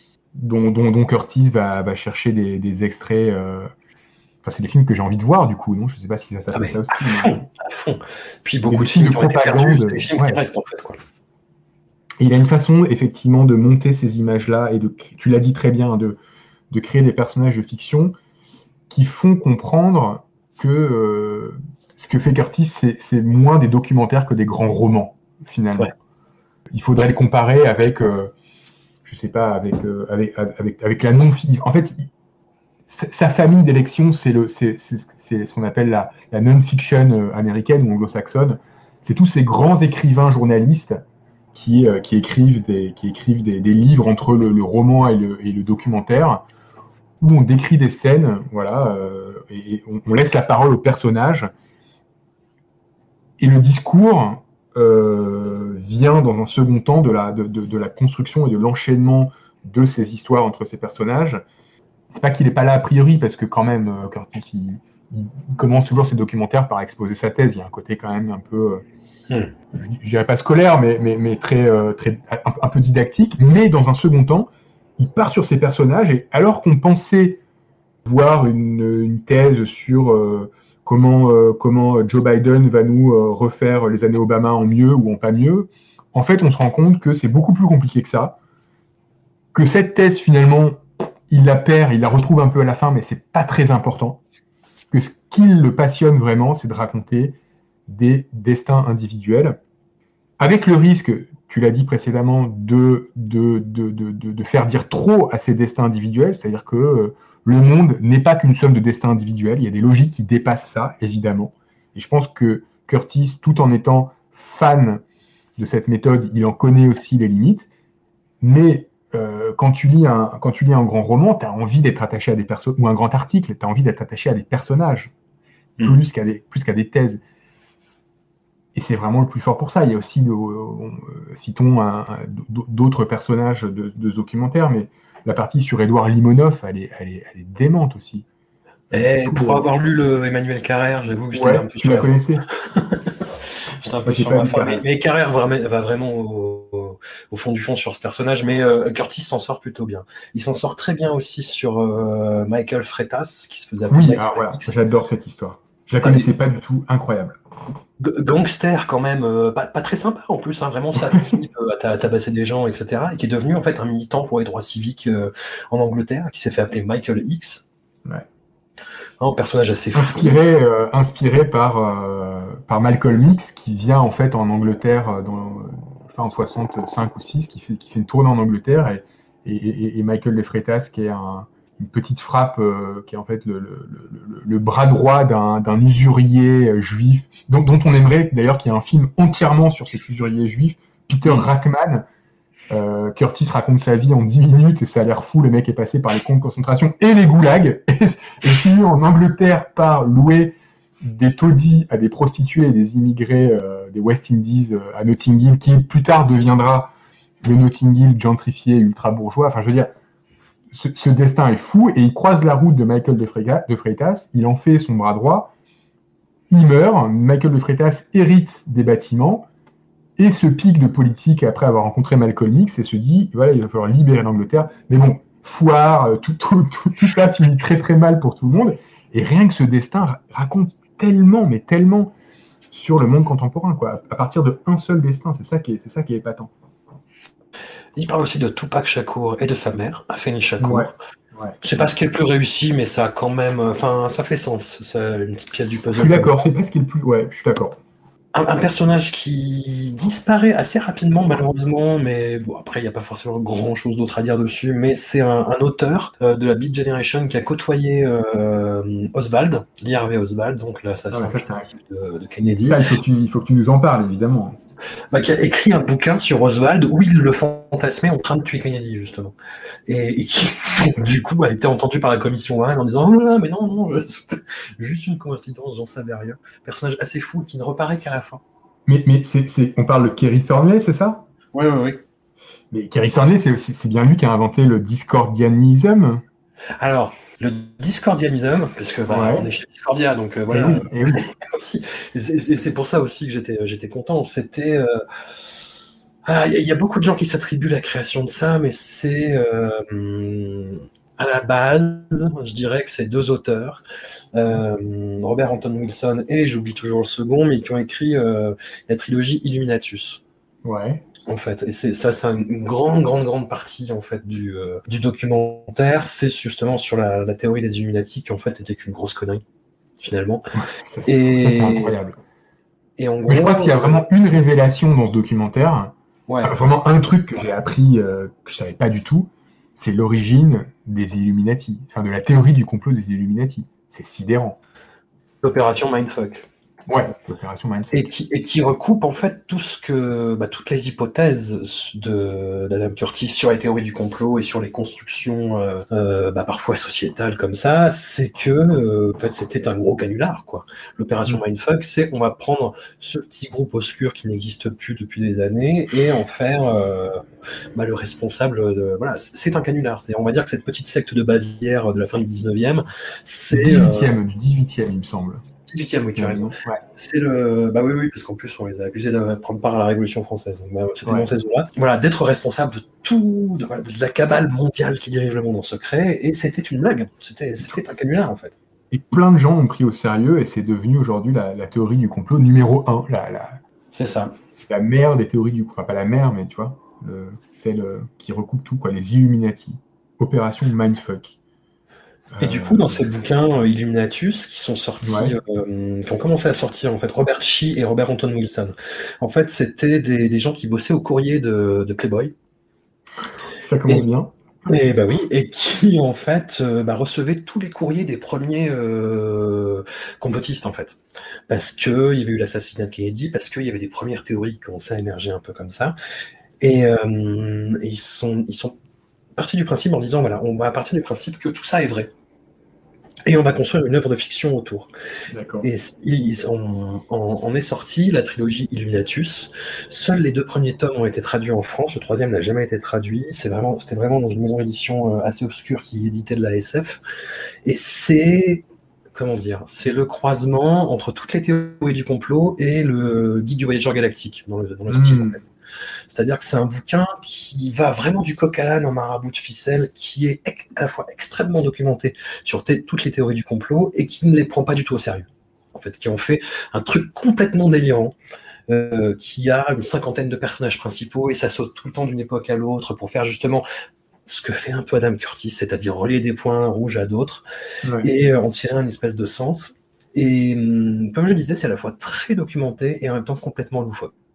dont, dont, dont Curtis va, va chercher des, des extraits. Euh... Enfin, c'est des films que j'ai envie de voir, du coup, non ? Je sais pas si ça t'a fait ah, ça aussi. À fond, mais... à fond. Puis beaucoup de films qui ont été perdus, c'est des films ouais. qui restent en fait, quoi. Et il a une façon, effectivement, de monter ces images-là et de, tu l'as dit très bien, de, de créer des personnages de fiction qui font comprendre que euh, ce que fait Curtis, c'est, c'est moins des documentaires que des grands romans, finalement. Ouais. Il faudrait le comparer avec, euh, je sais pas, avec, euh, avec, avec, avec la non-fiction. En fait, il, sa famille d'élection, c'est, le, c'est, c'est, c'est ce qu'on appelle la, la non-fiction américaine ou anglo-saxonne. C'est tous ces grands écrivains journalistes qui, euh, qui écrivent, des, qui écrivent des, des livres entre le, le roman et le, et le documentaire, où on décrit des scènes, voilà, euh, et on, on laisse la parole aux personnages. Et le discours euh, vient dans un second temps de la, de, de, de la construction et de l'enchaînement de ces histoires entre ces personnages. C'est pas qu'il n'est pas là a priori, parce que quand même, euh, Curtis, il, il, il commence toujours ses documentaires par exposer sa thèse. Il y a un côté quand même un peu, euh, mm. je, je dirais pas scolaire, mais, mais, mais très, euh, très un, un peu didactique. Mais dans un second temps, il part sur ses personnages, et alors qu'on pensait voir une, une thèse sur euh, comment, euh, comment Joe Biden va nous euh, refaire les années Obama en mieux ou en pas mieux, en fait, on se rend compte que c'est beaucoup plus compliqué que ça, que cette thèse, finalement, il la perd, il la retrouve un peu à la fin, mais c'est pas très important, que ce qui le passionne vraiment, c'est de raconter des destins individuels, avec le risque, tu l'as dit précédemment, de, de, de, de, de faire dire trop à ces destins individuels, c'est-à-dire que euh, le monde n'est pas qu'une somme de destins individuels, il y a des logiques qui dépassent ça, évidemment. Et je pense que Curtis, tout en étant fan de cette méthode, il en connaît aussi les limites, mais euh, quand, tu lis un, quand tu lis un grand roman, tu as envie d'être attaché à des personnages, ou un grand article, tu as envie d'être attaché à des personnages, mmh. plus, qu'à des, plus qu'à des thèses. Et c'est vraiment le plus fort pour ça. Il y a aussi, euh, euh, citons un, un, d'autres personnages de, de documentaires, mais la partie sur Édouard Limonov, elle est, elle est, elle est démente aussi. Et Tout pour avoir lu le Emmanuel Carrère, j'avoue que j'étais ouais, un peu tu la connaissais. J'étais un peu sur ma fin, mais, mais Carrère va, va vraiment au, au, au fond du fond sur ce personnage, mais euh, Curtis s'en sort plutôt bien. Il s'en sort très bien aussi sur euh, Michael Freitas, qui se faisait appeler. Oui, ah, voilà, j'adore cette histoire. Je la connaissais pas du tout, incroyable. G- gangster quand même, euh, pas, pas très sympa en plus, hein, vraiment ça type euh, à tabasser des gens, et cetera. Et qui est devenu en fait un militant pour les droits civiques euh, en Angleterre, qui s'est fait appeler Michael X. Ouais. Un personnage assez fou. Inspiré, euh, inspiré par, euh, par Malcolm X, qui vient en fait en Angleterre dans, enfin, en soixante-cinq ou six, qui fait, qui fait une tournée en Angleterre, et, et, et, et Michael de Freitas, qui est un, une petite frappe euh, qui est en fait le, le, le, le bras droit d'un, d'un usurier euh, juif, dont, dont on aimerait d'ailleurs qu'il y ait un film entièrement sur cet usurier juif, Peter Rackman. Euh, Curtis raconte sa vie en dix minutes et ça a l'air fou, le mec est passé par les camps de concentration et les goulags, et, et fini en Angleterre par louer des taudis à des prostituées et des immigrés euh, des West Indies euh, à Notting Hill, qui plus tard deviendra le Notting Hill gentrifié ultra-bourgeois. Enfin, je veux dire, ce, ce destin est fou, et il croise la route de Michael de, Frega, de Freitas, il en fait son bras droit, il meurt, Michael de Freitas hérite des bâtiments, et se pique de politique après avoir rencontré Malcolm X, et se dit, voilà, il va falloir libérer l'Angleterre, mais bon, foire, tout, tout, tout, tout ça finit très très mal pour tout le monde, et rien que ce destin raconte tellement, mais tellement sur le monde contemporain, quoi, à partir de un seul destin, c'est ça qui est, c'est ça qui est épatant. Il parle aussi de Tupac Shakur et de sa mère, Afeni Shakur. Ouais, ouais. Je sais pas ce qui est le plus réussi, mais ça a quand même, enfin, ça fait sens. C'est une petite pièce du puzzle. Je suis d'accord, c'est pas ce qui est le plus, ouais, je suis d'accord. Un, un personnage qui disparaît assez rapidement, malheureusement, mais bon, après, il n'y a pas forcément grand-chose d'autre à dire dessus, mais c'est un, un auteur euh, de la Beat Generation qui a côtoyé euh, Oswald, Lee Harvey Oswald, donc l'assassin Ah ouais, ça, de, de Kennedy. Ça, il faut que tu, il faut que tu nous en parles, évidemment. Bah, qui a écrit un bouquin sur Oswald où il le fantasmait en train de tuer Kennedy, justement. Et, et qui, du coup, a été entendu par la commission Warren en disant « Oh là là, mais non, non, c'était juste une coïncidence, j'en savais rien. » Personnage assez fou qui ne reparaît qu'à la fin. Mais, mais c'est, c'est, on parle de Kerry Thornley, c'est ça ? Oui, oui, oui. Mais Kerry Thornley, c'est, c'est, c'est bien lui qui a inventé le discordianisme. Alors, le discordianisme, parce que bah, Ouais. on est chez Discordia, donc euh, voilà. Et oui, et oui. Aussi. Et c'est, et c'est pour ça aussi que j'étais, j'étais content. C'était, euh... ah, il y, y a beaucoup de gens qui s'attribuent la création de ça, mais c'est euh, à la base, je dirais que c'est deux auteurs, euh, Robert Anton Wilson et j'oublie toujours le second, mais qui ont écrit euh, la trilogie Illuminatus. Ouais. En fait, et c'est ça, c'est une grande, grande, grande partie en fait du euh, du documentaire. C'est justement sur la, la théorie des Illuminati qui en fait était qu'une grosse connerie finalement. Ça, c'est, Et- ça, c'est incroyable. Et en gros, Mais je crois qu'il y a vraiment une révélation dans ce documentaire, ouais, enfin, vraiment un truc que j'ai appris, euh, que je savais pas du tout, c'est l'origine des Illuminati, enfin de la théorie du complot des Illuminati. C'est sidérant. l'opération Mindfuck. Ouais, l'opération Mindfuck. Et qui, et qui recoupe en fait tout ce que, bah, toutes les hypothèses de d'Adam Curtis sur les théories du complot et sur les constructions euh, euh, bah, parfois sociétales comme ça, c'est que euh, en fait c'était un gros canular quoi. L'opération Mm. Mindfuck, c'est on va prendre ce petit groupe obscur qui n'existe plus depuis des années et en faire euh, bah, le responsable de voilà, c'est c'est un canular. C'est on va dire que cette petite secte de Bavière de la fin du dix-neuvième, c'est euh, dix-huitième, du dix-huitième, il me semble. dix-huitième, oui, tu as raison. Ouais. C'est le. Bah oui, oui, parce qu'en plus, on les a accusés de prendre part à la Révolution française. Donc, bah, c'était Ouais. dans ces eaux-là. Voilà, d'être responsable de tout, de, voilà, de la cabale mondiale qui dirige le monde en secret. Et c'était une blague. C'était, c'était un canular, en fait. Et plein de gens ont pris au sérieux, et c'est devenu aujourd'hui la, la théorie du complot numéro un, la, la, C'est ça. la mère des théories du complot. Enfin, pas la mère, mais tu vois, le, celle euh, qui recoupe tout, quoi, les Illuminati. Opération Mindfuck. Et du coup, dans ces bouquins euh, Illuminatus qui sont sortis, Ouais. euh, qui ont commencé à sortir, en fait, Robert Shee et Robert Anton Wilson. En fait, c'était des, des gens qui bossaient au courrier de, de Playboy. Ça commence Et- bien. Et bah oui, et qui en fait euh, bah, recevait tous les courriers des premiers euh, complotistes en fait, parce que il y avait eu l'assassinat de Kennedy, parce qu'il y avait des premières théories qui commençaient à émerger un peu comme ça, et, euh, et ils sont ils sont partis du principe en disant voilà, on va partir du principe que tout ça est vrai, et on va construire une œuvre de fiction autour. D'accord. Et il, on, on, on est sorti la trilogie Illuminatus. Seuls les deux premiers tomes ont été traduits en France. Le troisième n'a jamais été traduit. C'est vraiment, c'était vraiment dans une maison d'édition euh, assez obscure qui éditait de la S F. Et c'est, comment dire, c'est le croisement entre toutes les théories du complot et le guide du voyageur galactique dans le, dans le style. Mmh. En fait. C'est-à-dire que c'est un bouquin qui va vraiment du coq à l'âne en marabout de ficelle, qui est ec- à la fois extrêmement documenté sur t- toutes les théories du complot et qui ne les prend pas du tout au sérieux. En fait, qui ont fait un truc complètement délirant, euh, qui a une cinquantaine de personnages principaux et ça saute tout le temps d'une époque à l'autre pour faire justement ce que fait un peu Adam Curtis, c'est-à-dire relier des points rouges à d'autres Ouais. et euh, en tirer un espèce de sens. Et hum, comme je disais, c'est à la fois très documenté et en même temps complètement loufoque.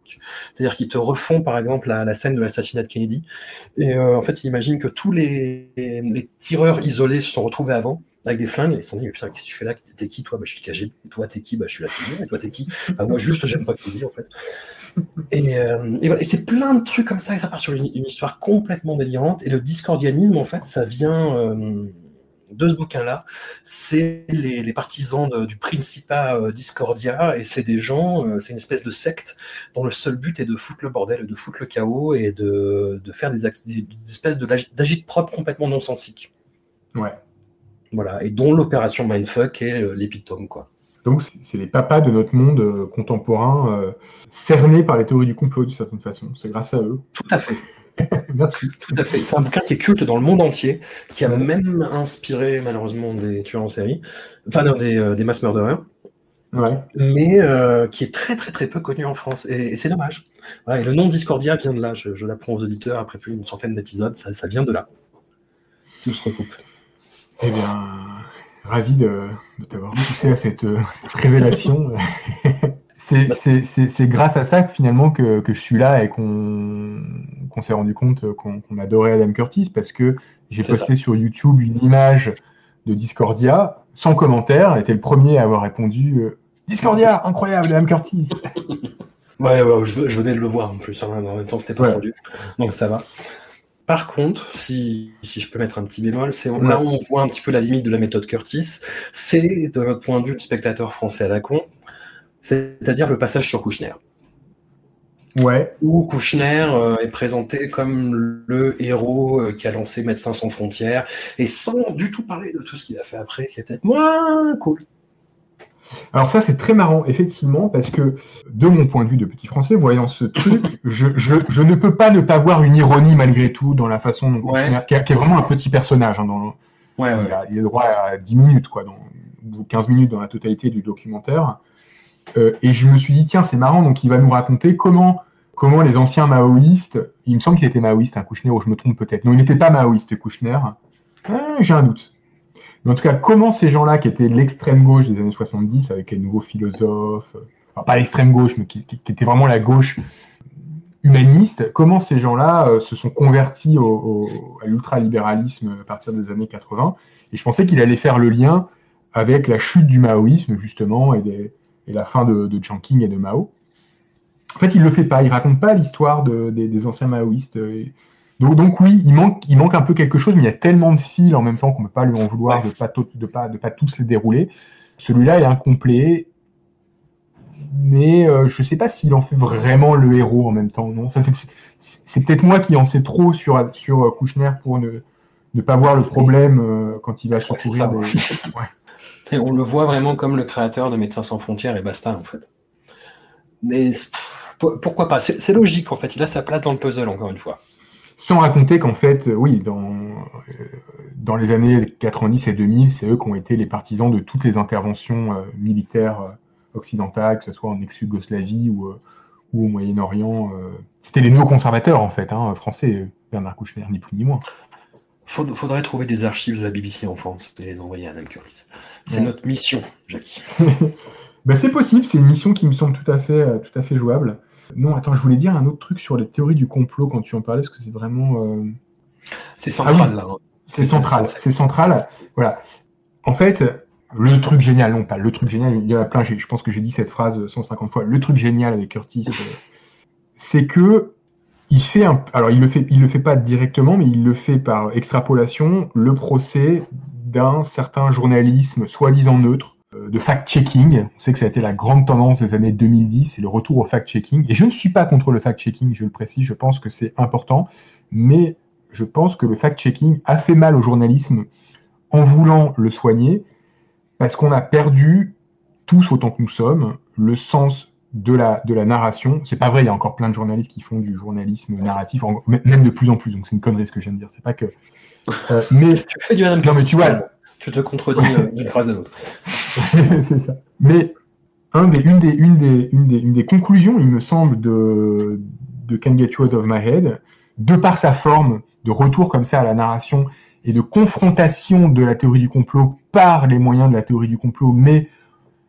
C'est-à-dire qu'ils te refont, par exemple, la, la scène de l'assassinat de Kennedy. Et euh, en fait, ils imaginent que tous les, les tireurs isolés se sont retrouvés avant, avec des flingues, et ils se sont dit, mais putain, qu'est-ce que tu fais là? T'es qui, toi? Bah, je suis le K G B. Et toi, t'es qui? Bah, je suis la C I A. Et toi, t'es qui? Bah, moi, juste, j'aime pas Kennedy, en fait. Et, euh, et, voilà. Et c'est plein de trucs comme ça, et ça part sur une, une histoire complètement délirante. Et le discordianisme, en fait, ça vient... Euh, de ce bouquin-là, c'est les, les partisans de, du Principat euh, Discordia, et c'est des gens, euh, c'est une espèce de secte dont le seul but est de foutre le bordel, de foutre le chaos et de, de faire des, des, des espèces de, d'agite-propre complètement non-sensiques. Ouais. Voilà, et dont l'opération Mindfuck est euh, l'épitome, quoi. Donc, c'est, c'est les papas de notre monde euh, contemporain, euh, cernés par les théories du complot, d'une certaine façon. C'est grâce à eux. Tout à fait. Merci. Tout à fait. C'est un bouquin qui est culte dans le monde entier, qui a même inspiré malheureusement des tueurs en série, enfin non, des, euh, des mass murderers, ouais. mais euh, qui est très très très peu connu en France. Et, et c'est dommage. Voilà, et le nom Discordia vient de là. Je, je l'apprends aux auditeurs après plus d'une centaine d'épisodes. Ça, ça vient de là. Tout se recoupe. Eh bien, ravi de, de t'avoir poussé à cette, cette révélation. C'est, c'est, c'est, c'est grâce à ça que finalement que, que je suis là et qu'on, qu'on s'est rendu compte qu'on, qu'on adorait Adam Curtis, parce que j'ai c'est posté ça. Sur YouTube une image de Discordia sans commentaire, était le premier à avoir répondu euh, Discordia, incroyable, Adam Curtis. Ouais, ouais, je, je venais de le voir en plus, hein, en même temps c'était pas ouais. rendu, donc ça va. Par contre, si, si je peux mettre un petit bémol, c'est ouais. là où on voit un petit peu la limite de la méthode Curtis, c'est de notre point de vue de spectateur français à la con. C'est-à-dire le passage sur Kouchner. Ouais. Où Kouchner euh, est présenté comme le héros euh, qui a lancé Médecins sans frontières, et sans du tout parler de tout ce qu'il a fait après, qui est peut-être moins cool. Alors ça, c'est très marrant, effectivement, parce que, de mon point de vue de petit français, voyant ce truc, je, je, je ne peux pas ne pas voir une ironie malgré tout dans la façon dont ouais. Kouchner, qui, a, qui est vraiment un petit personnage. Hein, dans, ouais, ouais. Il, a, il a droit à dix minutes, quoi, dans, ou quinze minutes dans la totalité du documentaire. Euh, et je me suis dit, tiens, c'est marrant, donc il va nous raconter comment, comment les anciens maoïstes, il me semble qu'il était maoïste, hein, Kouchner, ou je me trompe peut-être. Non, il n'était pas maoïste, Kouchner. Ah, j'ai un doute. Mais en tout cas, comment ces gens-là, qui étaient l'extrême gauche des années soixante-dix, avec les nouveaux philosophes, enfin pas l'extrême gauche, mais qui, qui, qui était vraiment la gauche humaniste, comment ces gens-là euh, se sont convertis au, au, à l'ultralibéralisme à partir des années quatre-vingts. Et je pensais qu'il allait faire le lien avec la chute du maoïsme, justement, et des et la fin de, de Chongqing et de Mao. En fait, il le fait pas, il raconte pas l'histoire de, de, des anciens maoïstes. Et... Donc, donc oui, il manque, il manque un peu quelque chose, mais il y a tellement de fils en même temps qu'on ne peut pas lui en vouloir de pas, de pas, de pas tous les dérouler. Celui-là est incomplet, mais euh, je ne sais pas s'il en fait vraiment le héros en même temps. Non, ça, c'est, c'est peut-être moi qui en sais trop sur, sur Kouchner pour ne, ne pas voir le problème euh, quand il va secourir des... Ouais. Et on le voit vraiment comme le créateur de Médecins sans frontières et basta, en fait. Mais pourquoi pas? c'est, c'est logique, en fait. Il a sa place dans le puzzle, encore une fois. Sans raconter qu'en fait, oui, dans, euh, dans les années quatre-vingt-dix et deux mille, c'est eux qui ont été les partisans de toutes les interventions euh, militaires euh, occidentales, que ce soit en ex-Yougoslavie ou, euh, ou au Moyen-Orient. Euh. C'était les néoconservateurs, en fait, hein, français, Bernard Kouchner, ni plus ni moins. Faudrait trouver des archives de la B B C en France et les envoyer à Adam Curtis. C'est ouais. notre mission, Jackie. Ben c'est possible, c'est une mission qui me semble tout à fait, tout à fait jouable. Non, attends, je voulais dire un autre truc sur les théories du complot quand tu en parlais, parce que c'est vraiment... Euh... C'est central, ah, oui. là. C'est, c'est central, c'est, c'est central. Voilà. En fait, le truc génial, non pas le truc génial, il y en a plein, je pense que j'ai dit cette phrase cent cinquante fois, le truc génial avec Curtis, euh, c'est que il fait un, alors il le fait, il le fait pas directement, mais il le fait par extrapolation, le procès d'un certain journalisme soi-disant neutre, euh, de fact-checking. On sait que ça a été la grande tendance des années deux mille dix, c'est le retour au fact-checking. Et je ne suis pas contre le fact-checking, je le précise, je pense que c'est important, mais je pense que le fact-checking a fait mal au journalisme en voulant le soigner, parce qu'on a perdu, tous autant que nous sommes, le sens de la, de la narration. C'est pas vrai, il y a encore plein de journalistes qui font du journalisme narratif, en, même de plus en plus, donc c'est une connerie ce que je viens de dire, c'est pas que... Euh, mais... Tu fais du Adam Non mais tu vois... Tu te contredis euh, d'une phrase à l'autre. C'est ça. Mais un des, une, des, une, des, une, des, une des conclusions, il me semble, de, de Can't Get You Out of My Head, de par sa forme de retour comme ça à la narration et de confrontation de la théorie du complot par les moyens de la théorie du complot, mais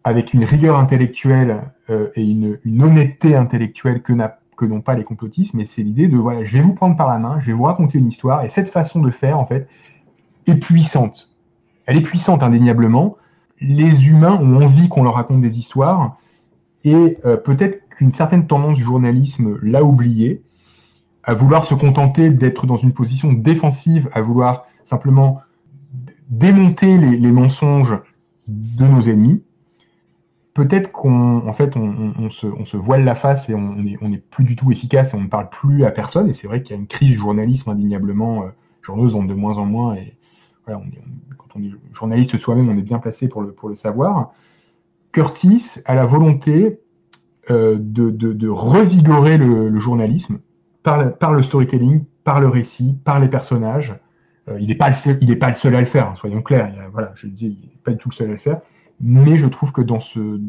avec une rigueur intellectuelle euh, et une, une honnêteté intellectuelle que, n'a, que n'ont pas les complotistes, mais c'est l'idée de, voilà, je vais vous prendre par la main, je vais vous raconter une histoire, et cette façon de faire, en fait, est puissante. Elle est puissante, indéniablement. Les humains ont envie qu'on leur raconte des histoires, et euh, peut-être qu'une certaine tendance du journalisme l'a oublié, à vouloir se contenter d'être dans une position défensive, à vouloir simplement démonter les, les mensonges de nos ennemis. Peut-être qu'on en fait, on, on, on, se, on se voile la face et on n'est on est plus du tout efficace et on ne parle plus à personne. Et c'est vrai qu'il y a une crise du journalisme indéniablement. Euh, journaux ont de moins en moins. Et voilà, on est, on, quand on est journaliste soi-même, on est bien placé pour le, pour le savoir. Curtis a la volonté euh, de, de, de revigorer le, le journalisme par, la, par le storytelling, par le récit, par les personnages. Euh, il n'est pas, pas le seul à le faire, hein, soyons clairs. Il y a, voilà, je dis, il n'est pas du tout le seul à le faire. Mais je trouve que dans ce,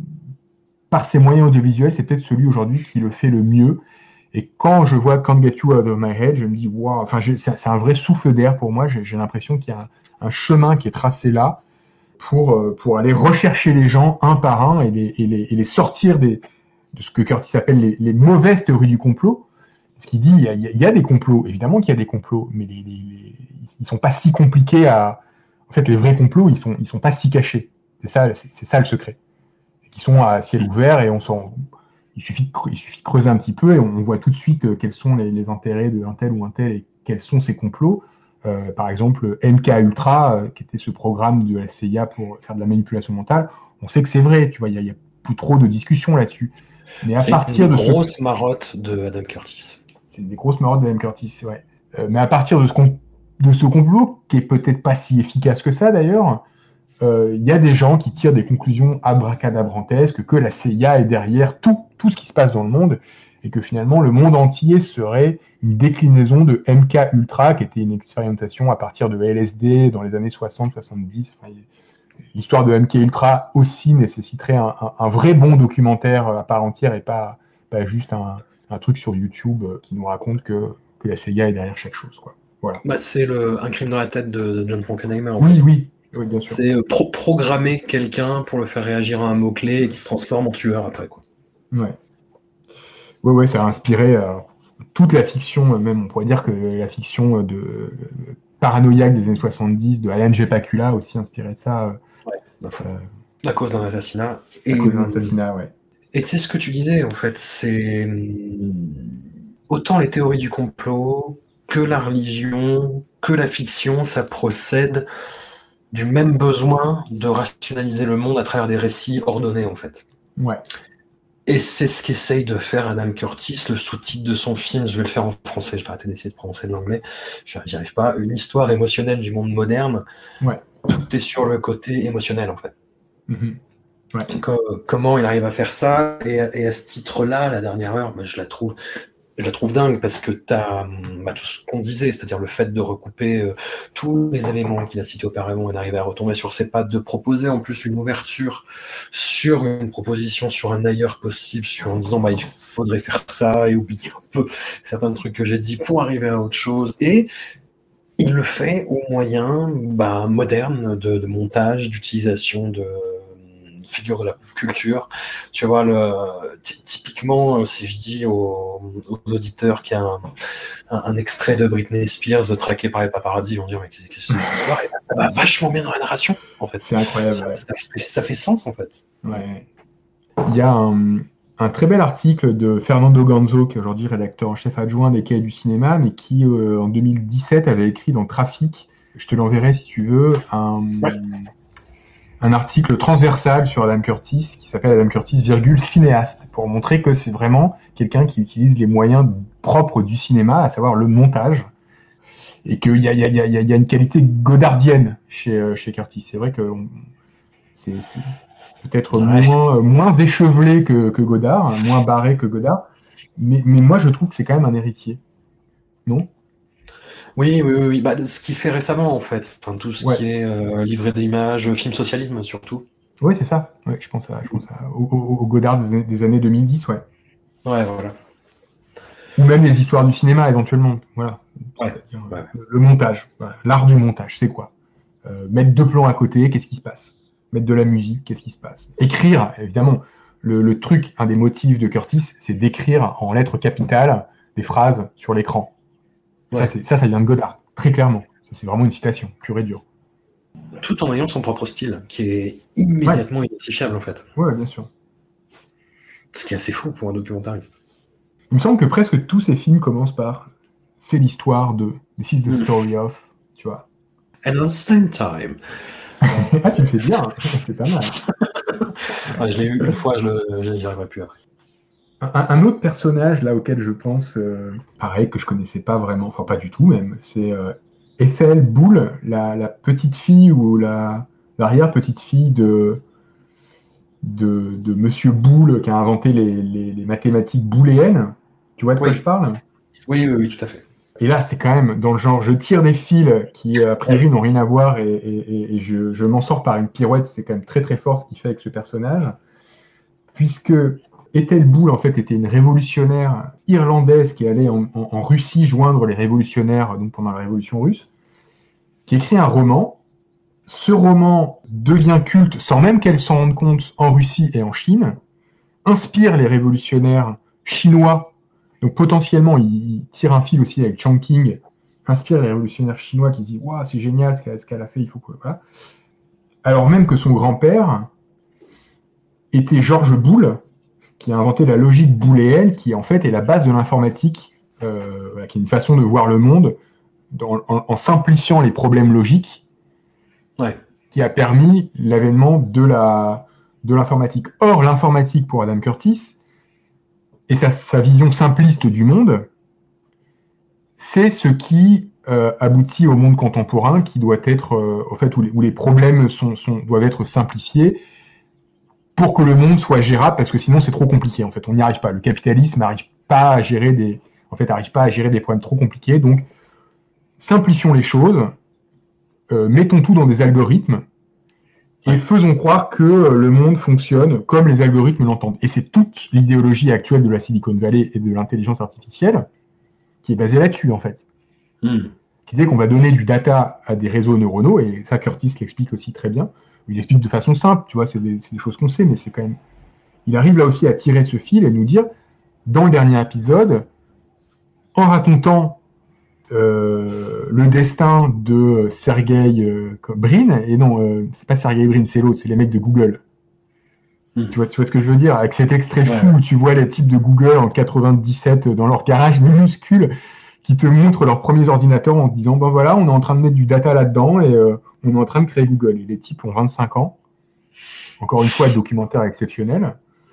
par ses moyens audiovisuels, c'est peut-être celui aujourd'hui qui le fait le mieux. Et quand je vois Can't Get You Out of My Head, je me dis, wow, enfin, j'ai, c'est, c'est un vrai souffle d'air pour moi. J'ai, j'ai l'impression qu'il y a un, un chemin qui est tracé là pour, pour aller rechercher les gens un par un et les, et les, et les sortir des, de ce que Curtis appelle les, les mauvaises théories du complot. Parce qu'il dit, il y, a, il y a des complots, évidemment qu'il y a des complots, mais les, les, les, ils sont pas si compliqués à... En fait, les vrais complots, ils sont, ils sont pas si cachés. C'est ça, c'est, c'est ça le secret. Ils sont à ciel ouvert et on s'en... Il suffit, de, il suffit de creuser un petit peu et on voit tout de suite euh, quels sont les, les intérêts d'un tel ou un tel et quels sont ces complots. Euh, par exemple, M K Ultra, euh, qui était ce programme de la C I A pour faire de la manipulation mentale, on sait que c'est vrai, tu vois, il n'y a, a plus trop de discussion là-dessus. Mais à c'est partir une de grosse ce... marotte de Adam Curtis. C'est des grosses marottes de Adam Curtis, ouais. Euh, mais à partir de ce, com- de ce complot, qui est peut-être pas si efficace que ça d'ailleurs, il euh, y a des gens qui tirent des conclusions abracadabrantesques, que la C I A est derrière tout, tout ce qui se passe dans le monde, et que finalement le monde entier serait une déclinaison de M K Ultra, qui était une expérimentation à partir de L S D dans les années soixante soixante-dix. Enfin, l'histoire de M K Ultra aussi nécessiterait un, un, un vrai bon documentaire à part entière, et pas, pas juste un, un truc sur YouTube qui nous raconte que, que la C I A est derrière chaque chose, quoi. Voilà. Bah, c'est le, un crime dans la tête de, de John Frankenheimer. En oui, fait. oui. Oui, bien sûr. C'est pro- programmer quelqu'un pour le faire réagir à un mot-clé et qui se transforme en tueur après, quoi. Ouais. Ouais, ouais, ça a inspiré euh, toute la fiction, même on pourrait dire que la fiction de euh, paranoïaque des années soixante-dix de Alan J. Pakula aussi inspiré de ça. Euh, ouais, euh, à cause d'un assassinat. À et, cause d'un assassinat, ouais. Et c'est ce que tu disais, en fait, c'est autant les théories du complot que la religion, que la fiction, ça procède du même besoin de rationaliser le monde à travers des récits ordonnés, en fait. Ouais. Et c'est ce qu'essaye de faire Adam Curtis, le sous-titre de son film, je vais le faire en français, je vais arrêter d'essayer de prononcer de l'anglais, j'y arrive pas, une histoire émotionnelle du monde moderne. Ouais. Tout est sur le côté émotionnel, en fait. Mm-hmm. Ouais. Donc, euh, comment il arrive à faire ça, et, et à ce titre-là, la dernière heure, bah, je la trouve... Je la trouve dingue parce que tu as bah, tout ce qu'on disait, c'est-à-dire le fait de recouper euh, tous les éléments qu'il a cités auparavant et d'arriver à retomber sur ses pattes, de proposer en plus une ouverture sur une proposition, sur un ailleurs possible, sur, en disant bah, il faudrait faire ça et oublier un peu certains trucs que j'ai dit pour arriver à autre chose. Et il le fait au moyen bah, moderne de, de montage, d'utilisation de figure de la culture. Tu vois, le, t- typiquement, si je dis aux, aux auditeurs qu'il y a un, un, un extrait de Britney Spears traqué par les paparazzi, ils vont dire mais qu'est-ce que c'est cette histoire? Et ben, ça va vachement bien dans la narration, en fait. C'est incroyable. Ça, ouais. ça, fait, ça fait sens, en fait. Ouais. Il y a un, un très bel article de Fernando Ganzo, qui est aujourd'hui rédacteur en chef adjoint des Cahiers du cinéma, mais qui, euh, en deux mille dix-sept, avait écrit dans Trafic, je te l'enverrai si tu veux, un... Ouais. un article transversal sur Adam Curtis qui s'appelle Adam Curtis, virgule, cinéaste, pour montrer que c'est vraiment quelqu'un qui utilise les moyens propres du cinéma, à savoir le montage, et qu'il y a, y, a, y, a, y a une qualité godardienne chez, chez Curtis. C'est vrai que on, c'est, c'est peut-être ouais. moins, moins échevelé que, que Godard, moins barré que Godard, mais, mais moi je trouve que c'est quand même un héritier. Non ? Oui, oui, oui. Bah, ce qu'il fait récemment, en fait. Enfin, tout ce ouais. qui est euh, livret d'images, film socialisme, surtout. Oui, c'est ça. Ouais, je pense, à, je pense à, au, au Godard des, des années deux mille dix, ouais. Ouais, voilà. Ou même les histoires du cinéma, éventuellement. Voilà. Ouais. Ouais. Le montage. Voilà. L'art du montage, c'est quoi euh, mettre deux plans à côté, qu'est-ce qui se passe mettre de la musique, qu'est-ce qui se passe? Écrire, évidemment, le, le truc, un des motifs de Curtis, c'est d'écrire en lettres capitales des phrases sur l'écran. Ouais. Ça, c'est, ça, ça vient de Godard, très clairement. Ça, c'est vraiment une citation, pure et dure. Tout en ayant son propre style, qui est immédiatement ouais. identifiable, en fait. Ouais, bien sûr. Ce qui est assez fou pour un documentariste. Il me semble que presque tous ces films commencent par « c'est l'histoire de »,« this is the story of », tu vois. And at the same time. Ah, tu le fais bien, c'est pas mal. Ouais, je l'ai eu une fois, je n'y arriverai plus après. Un, un autre personnage là auquel je pense, euh, pareil, que je connaissais pas vraiment, enfin pas du tout même, c'est euh, Ethel Boole, la, la petite fille ou la, l'arrière-petite-fille de, de, de Monsieur Boole qui a inventé les, les, les mathématiques booléennes. Tu vois de quoi oui. je parle? Oui, oui, oui, tout à fait. Et là, c'est quand même dans le genre, je tire des fils qui, a priori, n'ont rien à voir et, et, et je, je m'en sors par une pirouette. C'est quand même très, très fort ce qu'il fait avec ce personnage. Puisque Ethel Boole, en fait, était une révolutionnaire irlandaise qui allait en, en, en Russie joindre les révolutionnaires donc pendant la Révolution russe, qui écrit un roman. Ce roman devient culte, sans même qu'elle s'en rende compte, en Russie et en Chine, inspire les révolutionnaires chinois. Donc potentiellement, il tire un fil aussi avec Chongqing, inspire les révolutionnaires chinois qui se disent « Waouh, c'est génial ce qu'elle, ce qu'elle a fait, il faut que... » voilà. Alors même que son grand-père était Georges Boole, qui a inventé la logique booléenne, qui en fait est la base de l'informatique, euh, voilà, qui est une façon de voir le monde dans, en, en simplifiant les problèmes logiques, ouais. qui a permis l'avènement de, la, de l'informatique. Or, l'informatique pour Adam Curtis, et sa, sa vision simpliste du monde, c'est ce qui euh, aboutit au monde contemporain qui doit être, euh, au fait, où les, où les problèmes sont, sont, doivent être simplifiés pour que le monde soit gérable, parce que sinon c'est trop compliqué. En fait, on n'y arrive pas. Le capitalisme n'arrive pas à gérer des, en fait, n'arrive pas à gérer des problèmes trop compliqués. Donc, simplifions les choses, euh, mettons tout dans des algorithmes. Et faisons croire que le monde fonctionne comme les algorithmes l'entendent. Et c'est toute l'idéologie actuelle de la Silicon Valley et de l'intelligence artificielle qui est basée là-dessus, en fait. Mm. Qui dit qu'on va donner du data à des réseaux neuronaux, et ça, Curtis l'explique aussi très bien. Il l'explique de façon simple, tu vois, c'est des, c'est des choses qu'on sait, mais c'est quand même... Il arrive là aussi à tirer ce fil et nous dire, dans le dernier épisode, en racontant Euh, le destin de Sergey euh, Brin, et non, euh, c'est pas Sergey Brin, c'est l'autre, c'est les mecs de Google. Mmh. Tu vois, tu vois ce que je veux dire? Avec cet extrait ouais. fou où tu vois les types de Google en quatre-vingt-dix-sept dans leur garage minuscule qui te montrent leurs premiers ordinateurs en te disant, ben voilà, on est en train de mettre du data là-dedans et euh, on est en train de créer Google. Et les types ont vingt-cinq ans. Encore une fois, documentaire exceptionnel.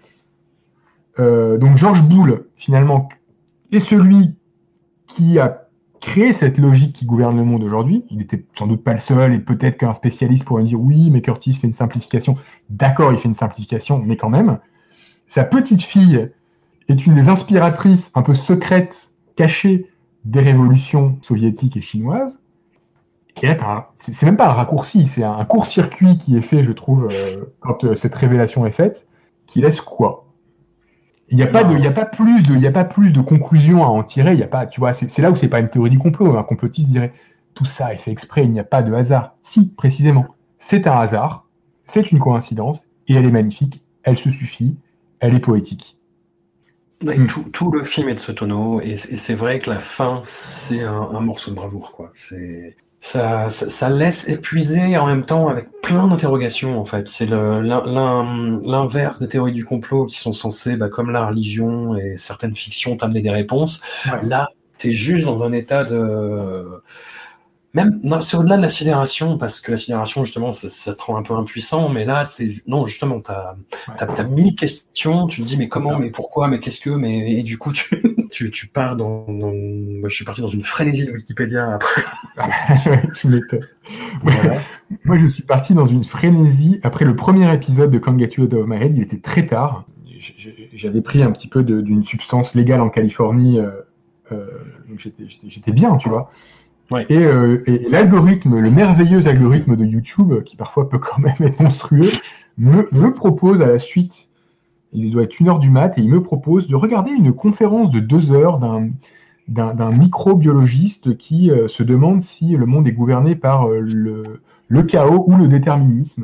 Euh, donc Georges Boole, finalement, est celui qui a créer cette logique qui gouverne le monde aujourd'hui. Il n'était sans doute pas le seul, et peut-être qu'un spécialiste pourrait dire oui, mais Curtis fait une simplification. D'accord, il fait une simplification, mais quand même, sa petite fille est une des inspiratrices un peu secrètes, cachées des révolutions soviétiques et chinoises. Et là, un... c'est, c'est même pas un raccourci, c'est un court-circuit qui est fait, je trouve, euh, quand euh, cette révélation est faite, qui laisse quoi? Il n'y a pas de, il y a pas plus de, il y a pas plus de conclusions à en tirer. Il y a pas, tu vois, c'est, c'est là où c'est pas une théorie du complot. Un complotiste dirait tout ça est fait exprès. Il n'y a pas de hasard. Si, précisément, c'est un hasard. C'est une coïncidence et elle est magnifique. Elle se suffit. Elle est poétique. Ouais, mm. tout, tout le film est de ce tonneau et, et c'est vrai que la fin c'est un, un morceau de bravoure, quoi. C'est Ça, ça, ça laisse épuiser en même temps avec plein d'interrogations, en fait. C'est le, l'in, l'inverse des théories du complot qui sont censées, bah, comme la religion et certaines fictions, t'amener des réponses. Ouais. Là, t'es juste dans un état de... Même, non, c'est au-delà de la sidération, parce que la sidération, justement, ça, ça te rend un peu impuissant, mais là, c'est... Non, justement, t'as, ouais. t'as, t'as mille questions, tu te dis, mais comment, mais pourquoi, mais qu'est-ce que, mais... Et du coup, tu, tu, tu pars dans, dans... Moi, je suis parti dans une frénésie de Wikipédia, après. Tu m'étonnes. Voilà. Moi, je suis parti dans une frénésie, après le premier épisode de Can't Get You Out of My Head, il était très tard. J'avais pris un petit peu de, d'une substance légale en Californie, euh, euh, donc j'étais, j'étais, j'étais bien, tu vois. Ouais. Et, euh, et l'algorithme, le merveilleux algorithme de YouTube, qui parfois peut quand même être monstrueux, me, me propose à la suite, il doit être une heure du mat, et il me propose de regarder une conférence de deux heures d'un, d'un, d'un microbiologiste qui euh, se demande si le monde est gouverné par euh, le, le chaos ou le déterminisme.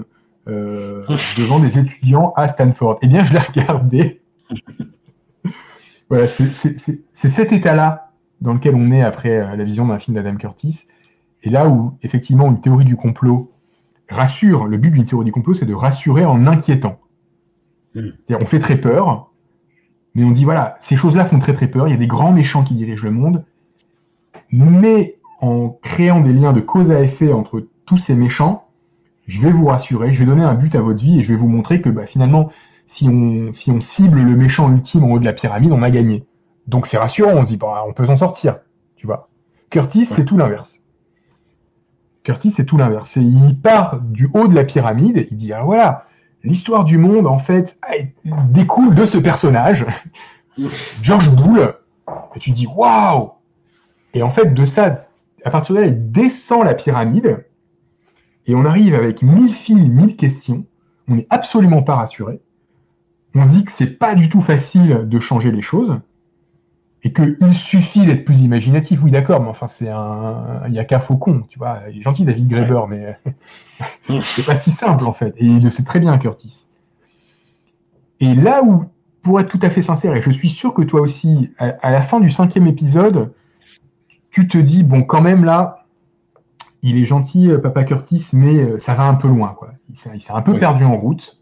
euh, devant des étudiants à Stanford. Eh bien, je l'ai regardé. Voilà, c'est, c'est, c'est, c'est cet état-là dans lequel on est après euh, la vision d'un film d'Adam Curtis. Et là où, effectivement, une théorie du complot rassure, le but d'une théorie du complot, c'est de rassurer en inquiétant. Mmh. C'est-à-dire, on fait très peur, mais on dit, voilà, ces choses-là font très très peur, il y a des grands méchants qui dirigent le monde, mais en créant des liens de cause à effet entre tous ces méchants, je vais vous rassurer, je vais donner un but à votre vie et je vais vous montrer que bah, finalement, si on, si on cible le méchant ultime en haut de la pyramide, on a gagné. Donc c'est rassurant, on se dit, bah, on peut s'en sortir, tu vois. Curtis, ouais. c'est tout l'inverse. Curtis, c'est tout l'inverse. Et il part du haut de la pyramide, il dit, alors voilà, l'histoire du monde, en fait, découle de ce personnage, George Boole, et tu te dis, waouh! Et en fait, de ça, à partir de là, il descend la pyramide, et on arrive avec mille fils, mille questions, on n'est absolument pas rassuré, on se dit que c'est pas du tout facile de changer les choses, et qu'il suffit d'être plus imaginatif. Oui, d'accord, mais enfin, c'est un... il n'y a qu'un faucon, tu vois. Il est gentil, David Graeber, mais c'est pas si simple, en fait. Et il le sait très bien, Curtis. Et là où, pour être tout à fait sincère, et je suis sûr que toi aussi, à, à la fin du cinquième épisode, tu te dis, bon, quand même, là, il est gentil, Papa Curtis, mais ça va un peu loin, quoi. Il s'est, il s'est un peu oui. perdu en route.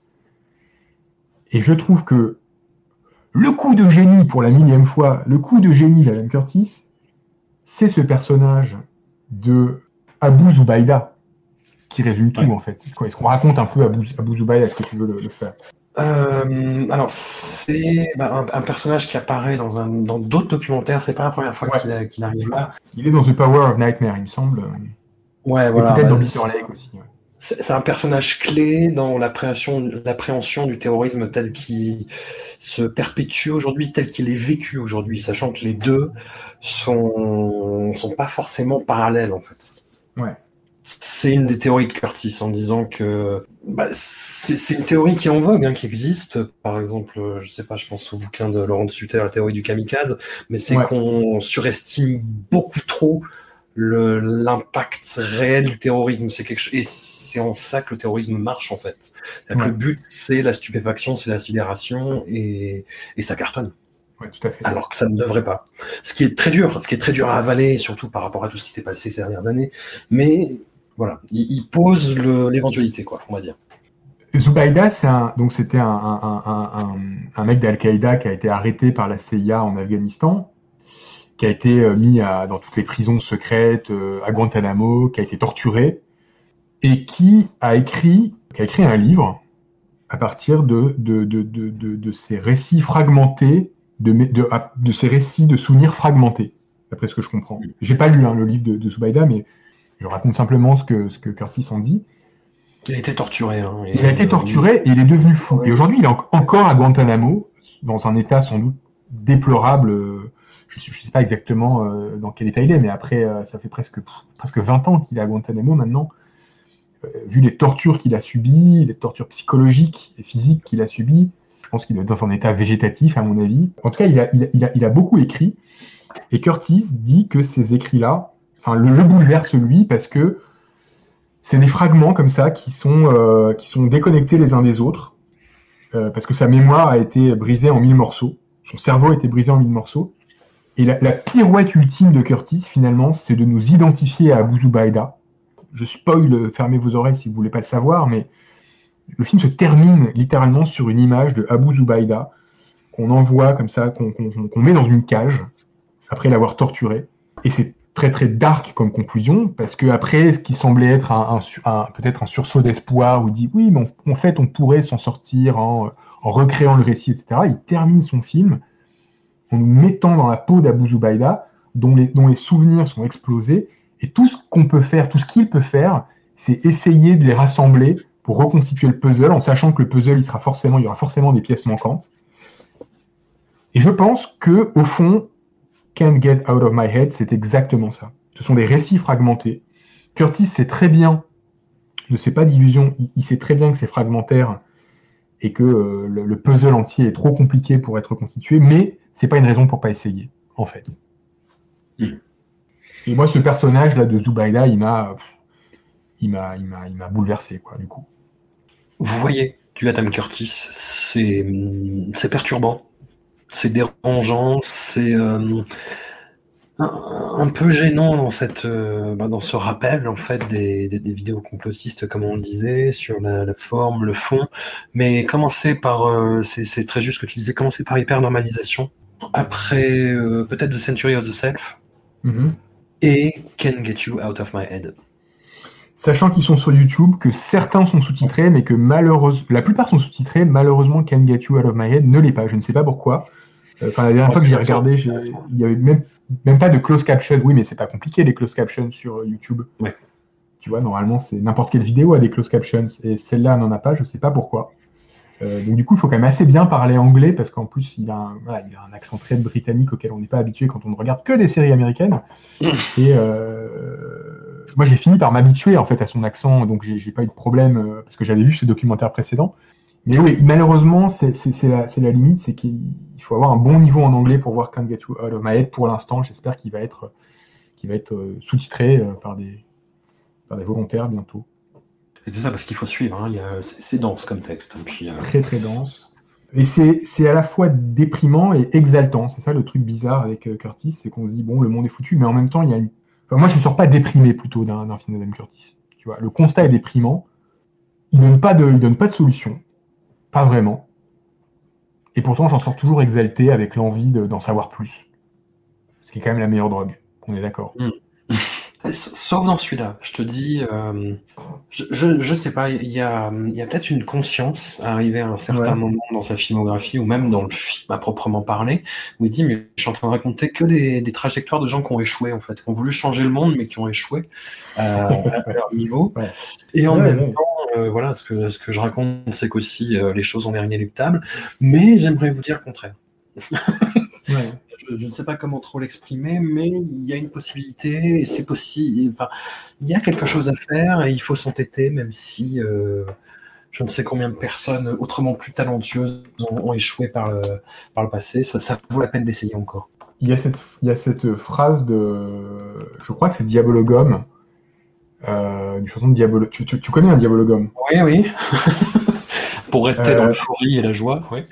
Et je trouve que le coup de génie, pour la millième fois, le coup de génie d'Adam Curtis, c'est ce personnage de Abu Zubaydah qui résume tout, ouais. en fait. Est-ce qu'on raconte un peu Abu, Abu Zubaydah? Est-ce que tu veux le, le faire? Euh, alors, c'est bah, un, un personnage qui apparaît dans, un, dans d'autres documentaires. C'est pas la première fois ouais. qu'il, a, qu'il arrive là. Il est dans The Power of Nightmare, il me semble. Ouais, et voilà. Peut-être ouais, dans Bitter Lake aussi. Ouais. C'est, c'est un personnage clé dans l'appréhension, l'appréhension du terrorisme tel qu'il se perpétue aujourd'hui, tel qu'il est vécu aujourd'hui, sachant que les deux sont, sont pas forcément parallèles, en fait. Ouais. C'est une des théories de Curtis en disant que bah, c'est, c'est une théorie qui est en vogue, hein, qui existe. Par exemple, je sais pas, je pense au bouquin de Laurent de Sutter, la théorie du kamikaze, mais c'est ouais. qu'on surestime beaucoup trop le, l'impact réel du terrorisme. C'est quelque chose, et c'est en ça que le terrorisme marche en fait. Ouais. Que le but, c'est la stupéfaction, c'est la sidération, et, et ça cartonne. Ouais, tout à fait. Alors que ça ne devrait pas. Ce qui est très dur, ce qui est très dur à avaler, surtout par rapport à tout ce qui s'est passé ces dernières années. Mais voilà, il, il pose le, l'éventualité, quoi, on va dire. Zubaydah, c'est un, donc c'était un, un, un, un, un mec d'Al-Qaïda qui a été arrêté par la C I A en Afghanistan, qui a été mis à, dans toutes les prisons secrètes, à Guantanamo, qui a été torturé, et qui a écrit, qui a écrit un livre à partir de, de, de, de, de, de ces récits fragmentés, de, de, de ces récits de souvenirs fragmentés, d'après ce que je comprends. J'ai pas lu hein, le livre de, de Zubaydah, mais je raconte simplement ce que, ce que Curtis en dit. Il a été torturé. Hein, il a été torturé et il est devenu fou. Ouais. Et aujourd'hui, il est en- encore à Guantanamo, dans un état sans doute déplorable. Je ne sais pas exactement euh, dans quel état il est, mais après, euh, ça fait presque, pff, presque vingt ans qu'il est à Guantanamo maintenant. Euh, vu les tortures qu'il a subies, les tortures psychologiques et physiques qu'il a subies, je pense qu'il est dans un état végétatif, à mon avis. En tout cas, il a, il a, il a, il a beaucoup écrit. Et Curtis dit que ces écrits-là, enfin, le, le bouleverse lui, parce que c'est des fragments comme ça qui sont, euh, qui sont déconnectés les uns des autres, euh, parce que sa mémoire a été brisée en mille morceaux. Son cerveau a été brisé en mille morceaux. Et la, la pirouette ultime de Curtis, finalement, c'est de nous identifier à Abu Zubaydah. Je spoil, fermez vos oreilles si vous voulez pas le savoir, mais le film se termine littéralement sur une image de Abu Zubaydah qu'on envoie comme ça, qu'on, qu'on, qu'on met dans une cage après l'avoir torturé. Et c'est très très dark comme conclusion, parce que après, ce qui semblait être un, un, un, peut-être un sursaut d'espoir, où il dit oui, mais on, en fait, on pourrait s'en sortir en, en recréant le récit, et cetera. Il termine son film en nous mettant dans la peau d'Abu Zubaydah, dont les, dont les souvenirs sont explosés, et tout ce qu'on peut faire, tout ce qu'il peut faire, c'est essayer de les rassembler pour reconstituer le puzzle, en sachant que le puzzle, il sera forcément, il y aura forcément des pièces manquantes. Et je pense que, au fond, Can't Get Out of My Head, c'est exactement ça. Ce sont des récits fragmentés. Curtis sait très bien, ne se fait pas d'illusions, il, il sait très bien que c'est fragmentaire et que euh, le, le puzzle entier est trop compliqué pour être reconstitué, mais c'est pas une raison pour pas essayer, en fait. Mm. Et moi, ce personnage-là de Zubaydah, il m'a, il m'a, il m'a, il m'a bouleversé, quoi, du coup. Vous voyez du Adam Curtis, c'est, c'est perturbant, c'est dérangeant, c'est euh, un, un peu gênant dans, cette, euh, bah dans ce rappel en fait des, des, des vidéos complotistes, comme on le disait, sur la, la forme, le fond, mais commencer par, euh, c'est, c'est très juste ce que tu disais, commencer par hyper-normalisation, après euh, peut-être The Century of the Self, Mm-hmm. et Can't Get You Out of My Head. Sachant qu'ils sont sur YouTube, que certains sont sous-titrés, mais que malheureusement, la plupart sont sous-titrés, malheureusement Can't Get You Out of My Head ne l'est pas, je ne sais pas pourquoi. Enfin, la dernière fois que j'ai regardé, j'ai... il n'y avait même, même pas de closed caption. Oui, mais c'est pas compliqué les closed captions sur YouTube. Ouais. Tu vois, normalement, c'est n'importe quelle vidéo a des closed captions, et celle-là n'en a pas, je sais pas pourquoi. Euh, donc du coup, il faut quand même assez bien parler anglais, parce qu'en plus, il a, un, voilà, il a un accent très britannique auquel on n'est pas habitué quand on ne regarde que des séries américaines. Et euh, moi, j'ai fini par m'habituer en fait à son accent, donc j'ai, j'ai pas eu de problème, euh, parce que j'avais vu ce documentaire précédent. Mais oui, malheureusement, c'est, c'est, c'est, la, c'est la limite, c'est qu'il faut avoir un bon niveau en anglais pour voir Can't Get You Out of My Head pour l'instant. J'espère qu'il va être, qu'il va être euh, sous-titré euh, par des, par des volontaires bientôt. C'est ça, parce qu'il faut suivre, hein. Il y a, c'est, c'est dense comme texte. Et puis, euh... Très très dense. Et c'est, c'est à la fois déprimant et exaltant. C'est ça le truc bizarre avec euh, Curtis, c'est qu'on se dit, bon, le monde est foutu, mais en même temps, il y a une... Enfin, moi, je ne sors pas déprimé plutôt d'un, d'un film d'Adam Curtis. Tu vois, le constat est déprimant. Il ne donne pas de, il donne pas de solution. Pas vraiment. Et pourtant, j'en sors toujours exalté avec l'envie de, d'en savoir plus. Ce qui est quand même la meilleure drogue. On est d'accord. Mm. Sauf dans celui-là, je te dis, euh, je, je, je sais pas, il y a, il y a peut-être une conscience arrivée à un certain ouais. moment dans sa filmographie, ou même dans le film à proprement parler, où il dit, mais je suis en train de raconter que des, des trajectoires de gens qui ont échoué, en fait, qui ont voulu changer le monde, mais qui ont échoué euh, à leur niveau. Ouais. Et en ouais, même ouais. temps, euh, voilà, ce que, ce que je raconte, c'est qu'aussi euh, les choses ont l'air inéluctables, mais j'aimerais vous dire le contraire. Ouais. Je, je ne sais pas comment trop l'exprimer, mais il y a une possibilité, et c'est possible. Enfin, il y a quelque chose à faire, et il faut s'entêter, même si euh, je ne sais combien de personnes autrement plus talentueuses ont, ont échoué par le, par le passé. Ça, ça vaut la peine d'essayer encore. Il y a cette, il y a cette phrase de, je crois que c'est Diabologum, euh, une chanson de Diabolo. Tu, tu, tu connais un Diabologum ? Oui, oui. Pour rester euh... dans l'euphorie et la joie, oui.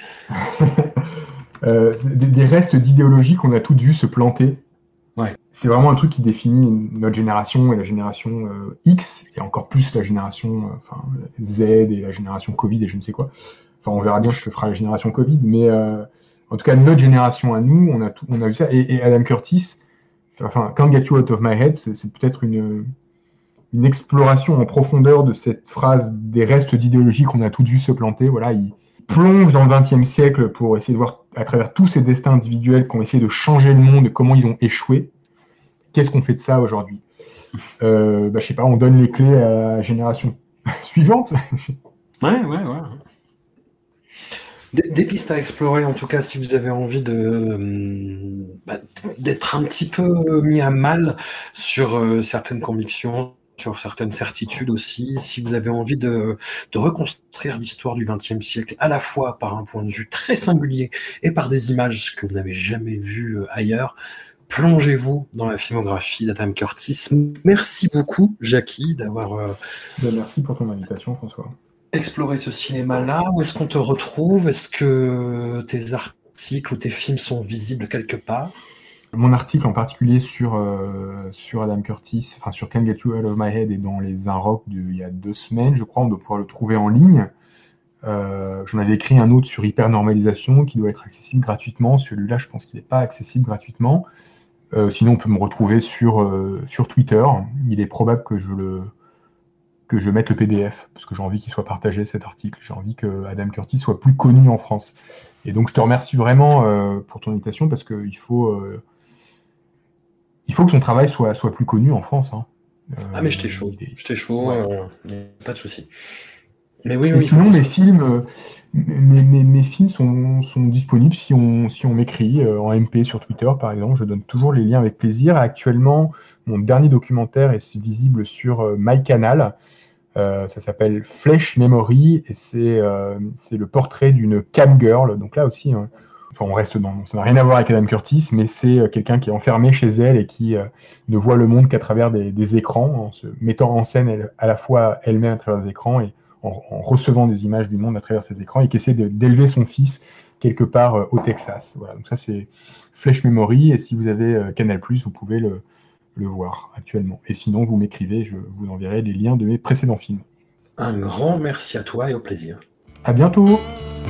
Euh, des, des restes d'idéologie qu'on a toutes vues se planter. Ouais. C'est vraiment un truc qui définit notre génération et la génération euh, X, et encore plus la génération euh, enfin, Z et la génération Covid et je ne sais quoi. Enfin, on verra bien ce que fera la génération Covid, mais euh, en tout cas, notre génération à nous, on a, tout, on a vu ça. Et, et Adam Curtis, enfin, Can't Get You Out of My Head, c'est, c'est peut-être une, une exploration en profondeur de cette phrase des restes d'idéologie qu'on a toutes vues se planter. Voilà, il plonge dans le vingtième siècle pour essayer de voir à travers tous ces destins individuels qui ont essayé de changer le monde, comment ils ont échoué. Qu'est-ce qu'on fait de ça aujourd'hui ? euh, bah, Je sais pas, on donne les clés à la génération suivante. Ouais, ouais, ouais. Des, des pistes à explorer, en tout cas, si vous avez envie de, euh, bah, d'être un petit peu mis à mal sur euh, certaines convictions, sur certaines certitudes aussi, si vous avez envie de, de reconstruire l'histoire du vingtième siècle, à la fois par un point de vue très singulier et par des images que vous n'avez jamais vues ailleurs, plongez-vous dans la filmographie d'Adam Curtis. Merci beaucoup, Jackie, d'avoir... Euh, Merci pour ton invitation, François. Exploré ce cinéma-là. Où est-ce qu'on te retrouve ? Est-ce que tes articles ou tes films sont visibles quelque part ? Mon article en particulier sur, euh, sur Adam Curtis, enfin sur Can't Get You Out of My Head est dans les Inrocks il y a deux semaines, je crois, on doit pouvoir le trouver en ligne. Euh, j'en avais écrit un autre sur hypernormalisation qui doit être accessible gratuitement. Celui-là, je pense qu'il n'est pas accessible gratuitement. Euh, sinon, on peut me retrouver sur, euh, sur Twitter. Il est probable que je, le, que je mette le P D F, parce que j'ai envie qu'il soit partagé, cet article. J'ai envie que Adam Curtis soit plus connu en France. Et donc, je te remercie vraiment euh, pour ton invitation, parce qu'il faut... Euh, Il faut que son travail soit, soit plus connu en France. Hein. Euh, ah, mais j'étais chaud. Et... J'étais chaud, ouais. euh, pas de souci. Mais oui, et oui. Sinon, mes films, euh, mes, mes, mes films sont, sont disponibles si on, si on m'écrit euh, en M P sur Twitter, par exemple. Je donne toujours les liens avec plaisir. Actuellement, mon dernier documentaire est visible sur euh, MyCanal. Euh, ça s'appelle Flesh Memory et c'est, euh, c'est le portrait d'une cam girl. Donc là aussi... Hein, Enfin, on reste dans... Ça n'a rien à voir avec Adam Curtis, mais c'est quelqu'un qui est enfermé chez elle et qui euh, ne voit le monde qu'à travers des, des écrans, en se mettant en scène elle, à la fois elle-même à travers des écrans et en, en recevant des images du monde à travers ses écrans et qui essaie de, d'élever son fils quelque part euh, au Texas. Voilà, donc ça c'est Flash Memory, et si vous avez euh, Canal+, vous pouvez le, le voir actuellement. Et sinon, vous m'écrivez, je vous enverrai les liens de mes précédents films. Un grand merci à toi et au plaisir. À bientôt.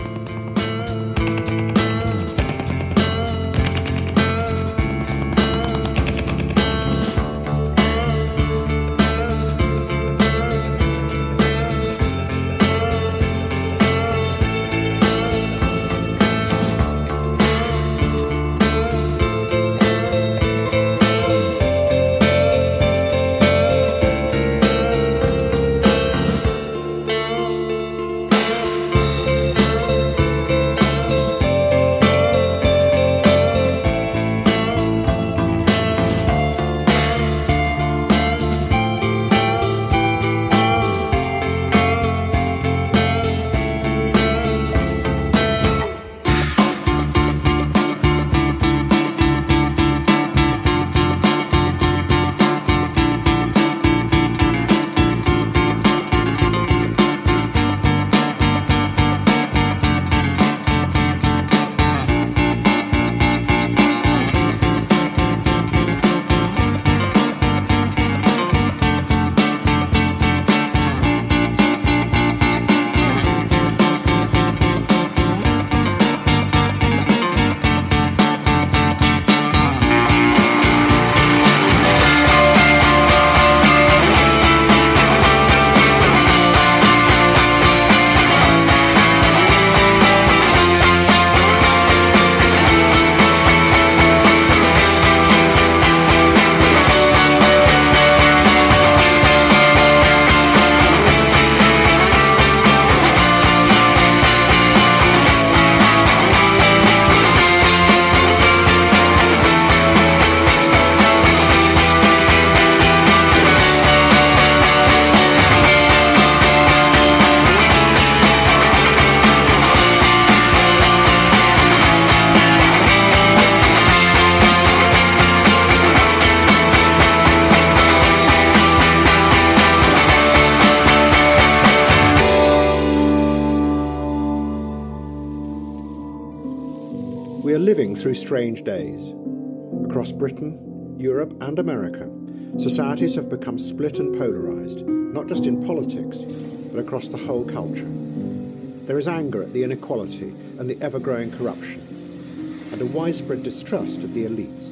We are living through strange days. Across Britain, Europe and America, societies have become split and polarised, not just in politics, but across the whole culture. There is anger at the inequality and the ever-growing corruption, and a widespread distrust of the elites.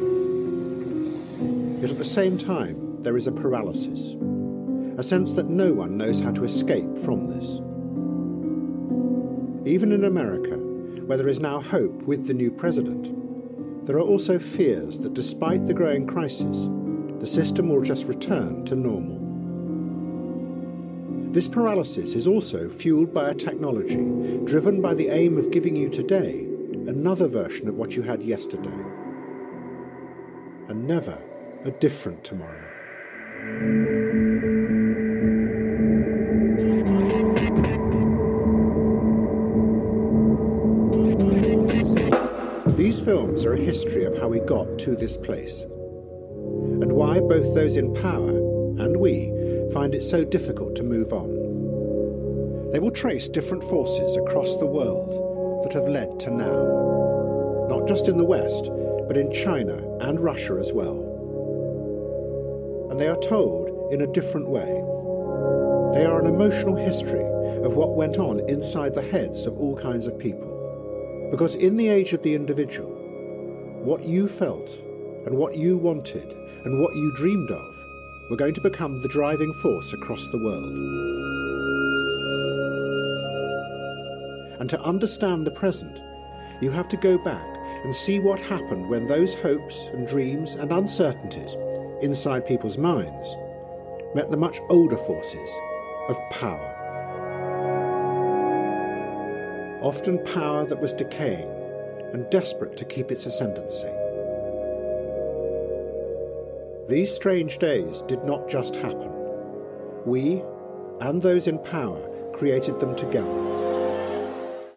Yet at the same time, there is a paralysis, a sense that no one knows how to escape from this. Even in America, where there is now hope with the new president, there are also fears that despite the growing crisis, the system will just return to normal. This paralysis is also fueled by a technology driven by the aim of giving you today another version of what you had yesterday, and never a different tomorrow. These films are a history of how we got to this place, and why both those in power and we find it so difficult to move on. They will trace different forces across the world that have led to now, not just in the West, but in China and Russia as well. And they are told in a different way. They are an emotional history of what went on inside the heads of all kinds of people. Because in the age of the individual, what you felt and what you wanted and what you dreamed of were going to become the driving force across the world. And to understand the present, you have to go back and see what happened when those hopes and dreams and uncertainties inside people's minds met the much older forces of power. Often power that was decaying and desperate to keep its ascendancy. These strange days did not just happen. We, and those in power, created them together.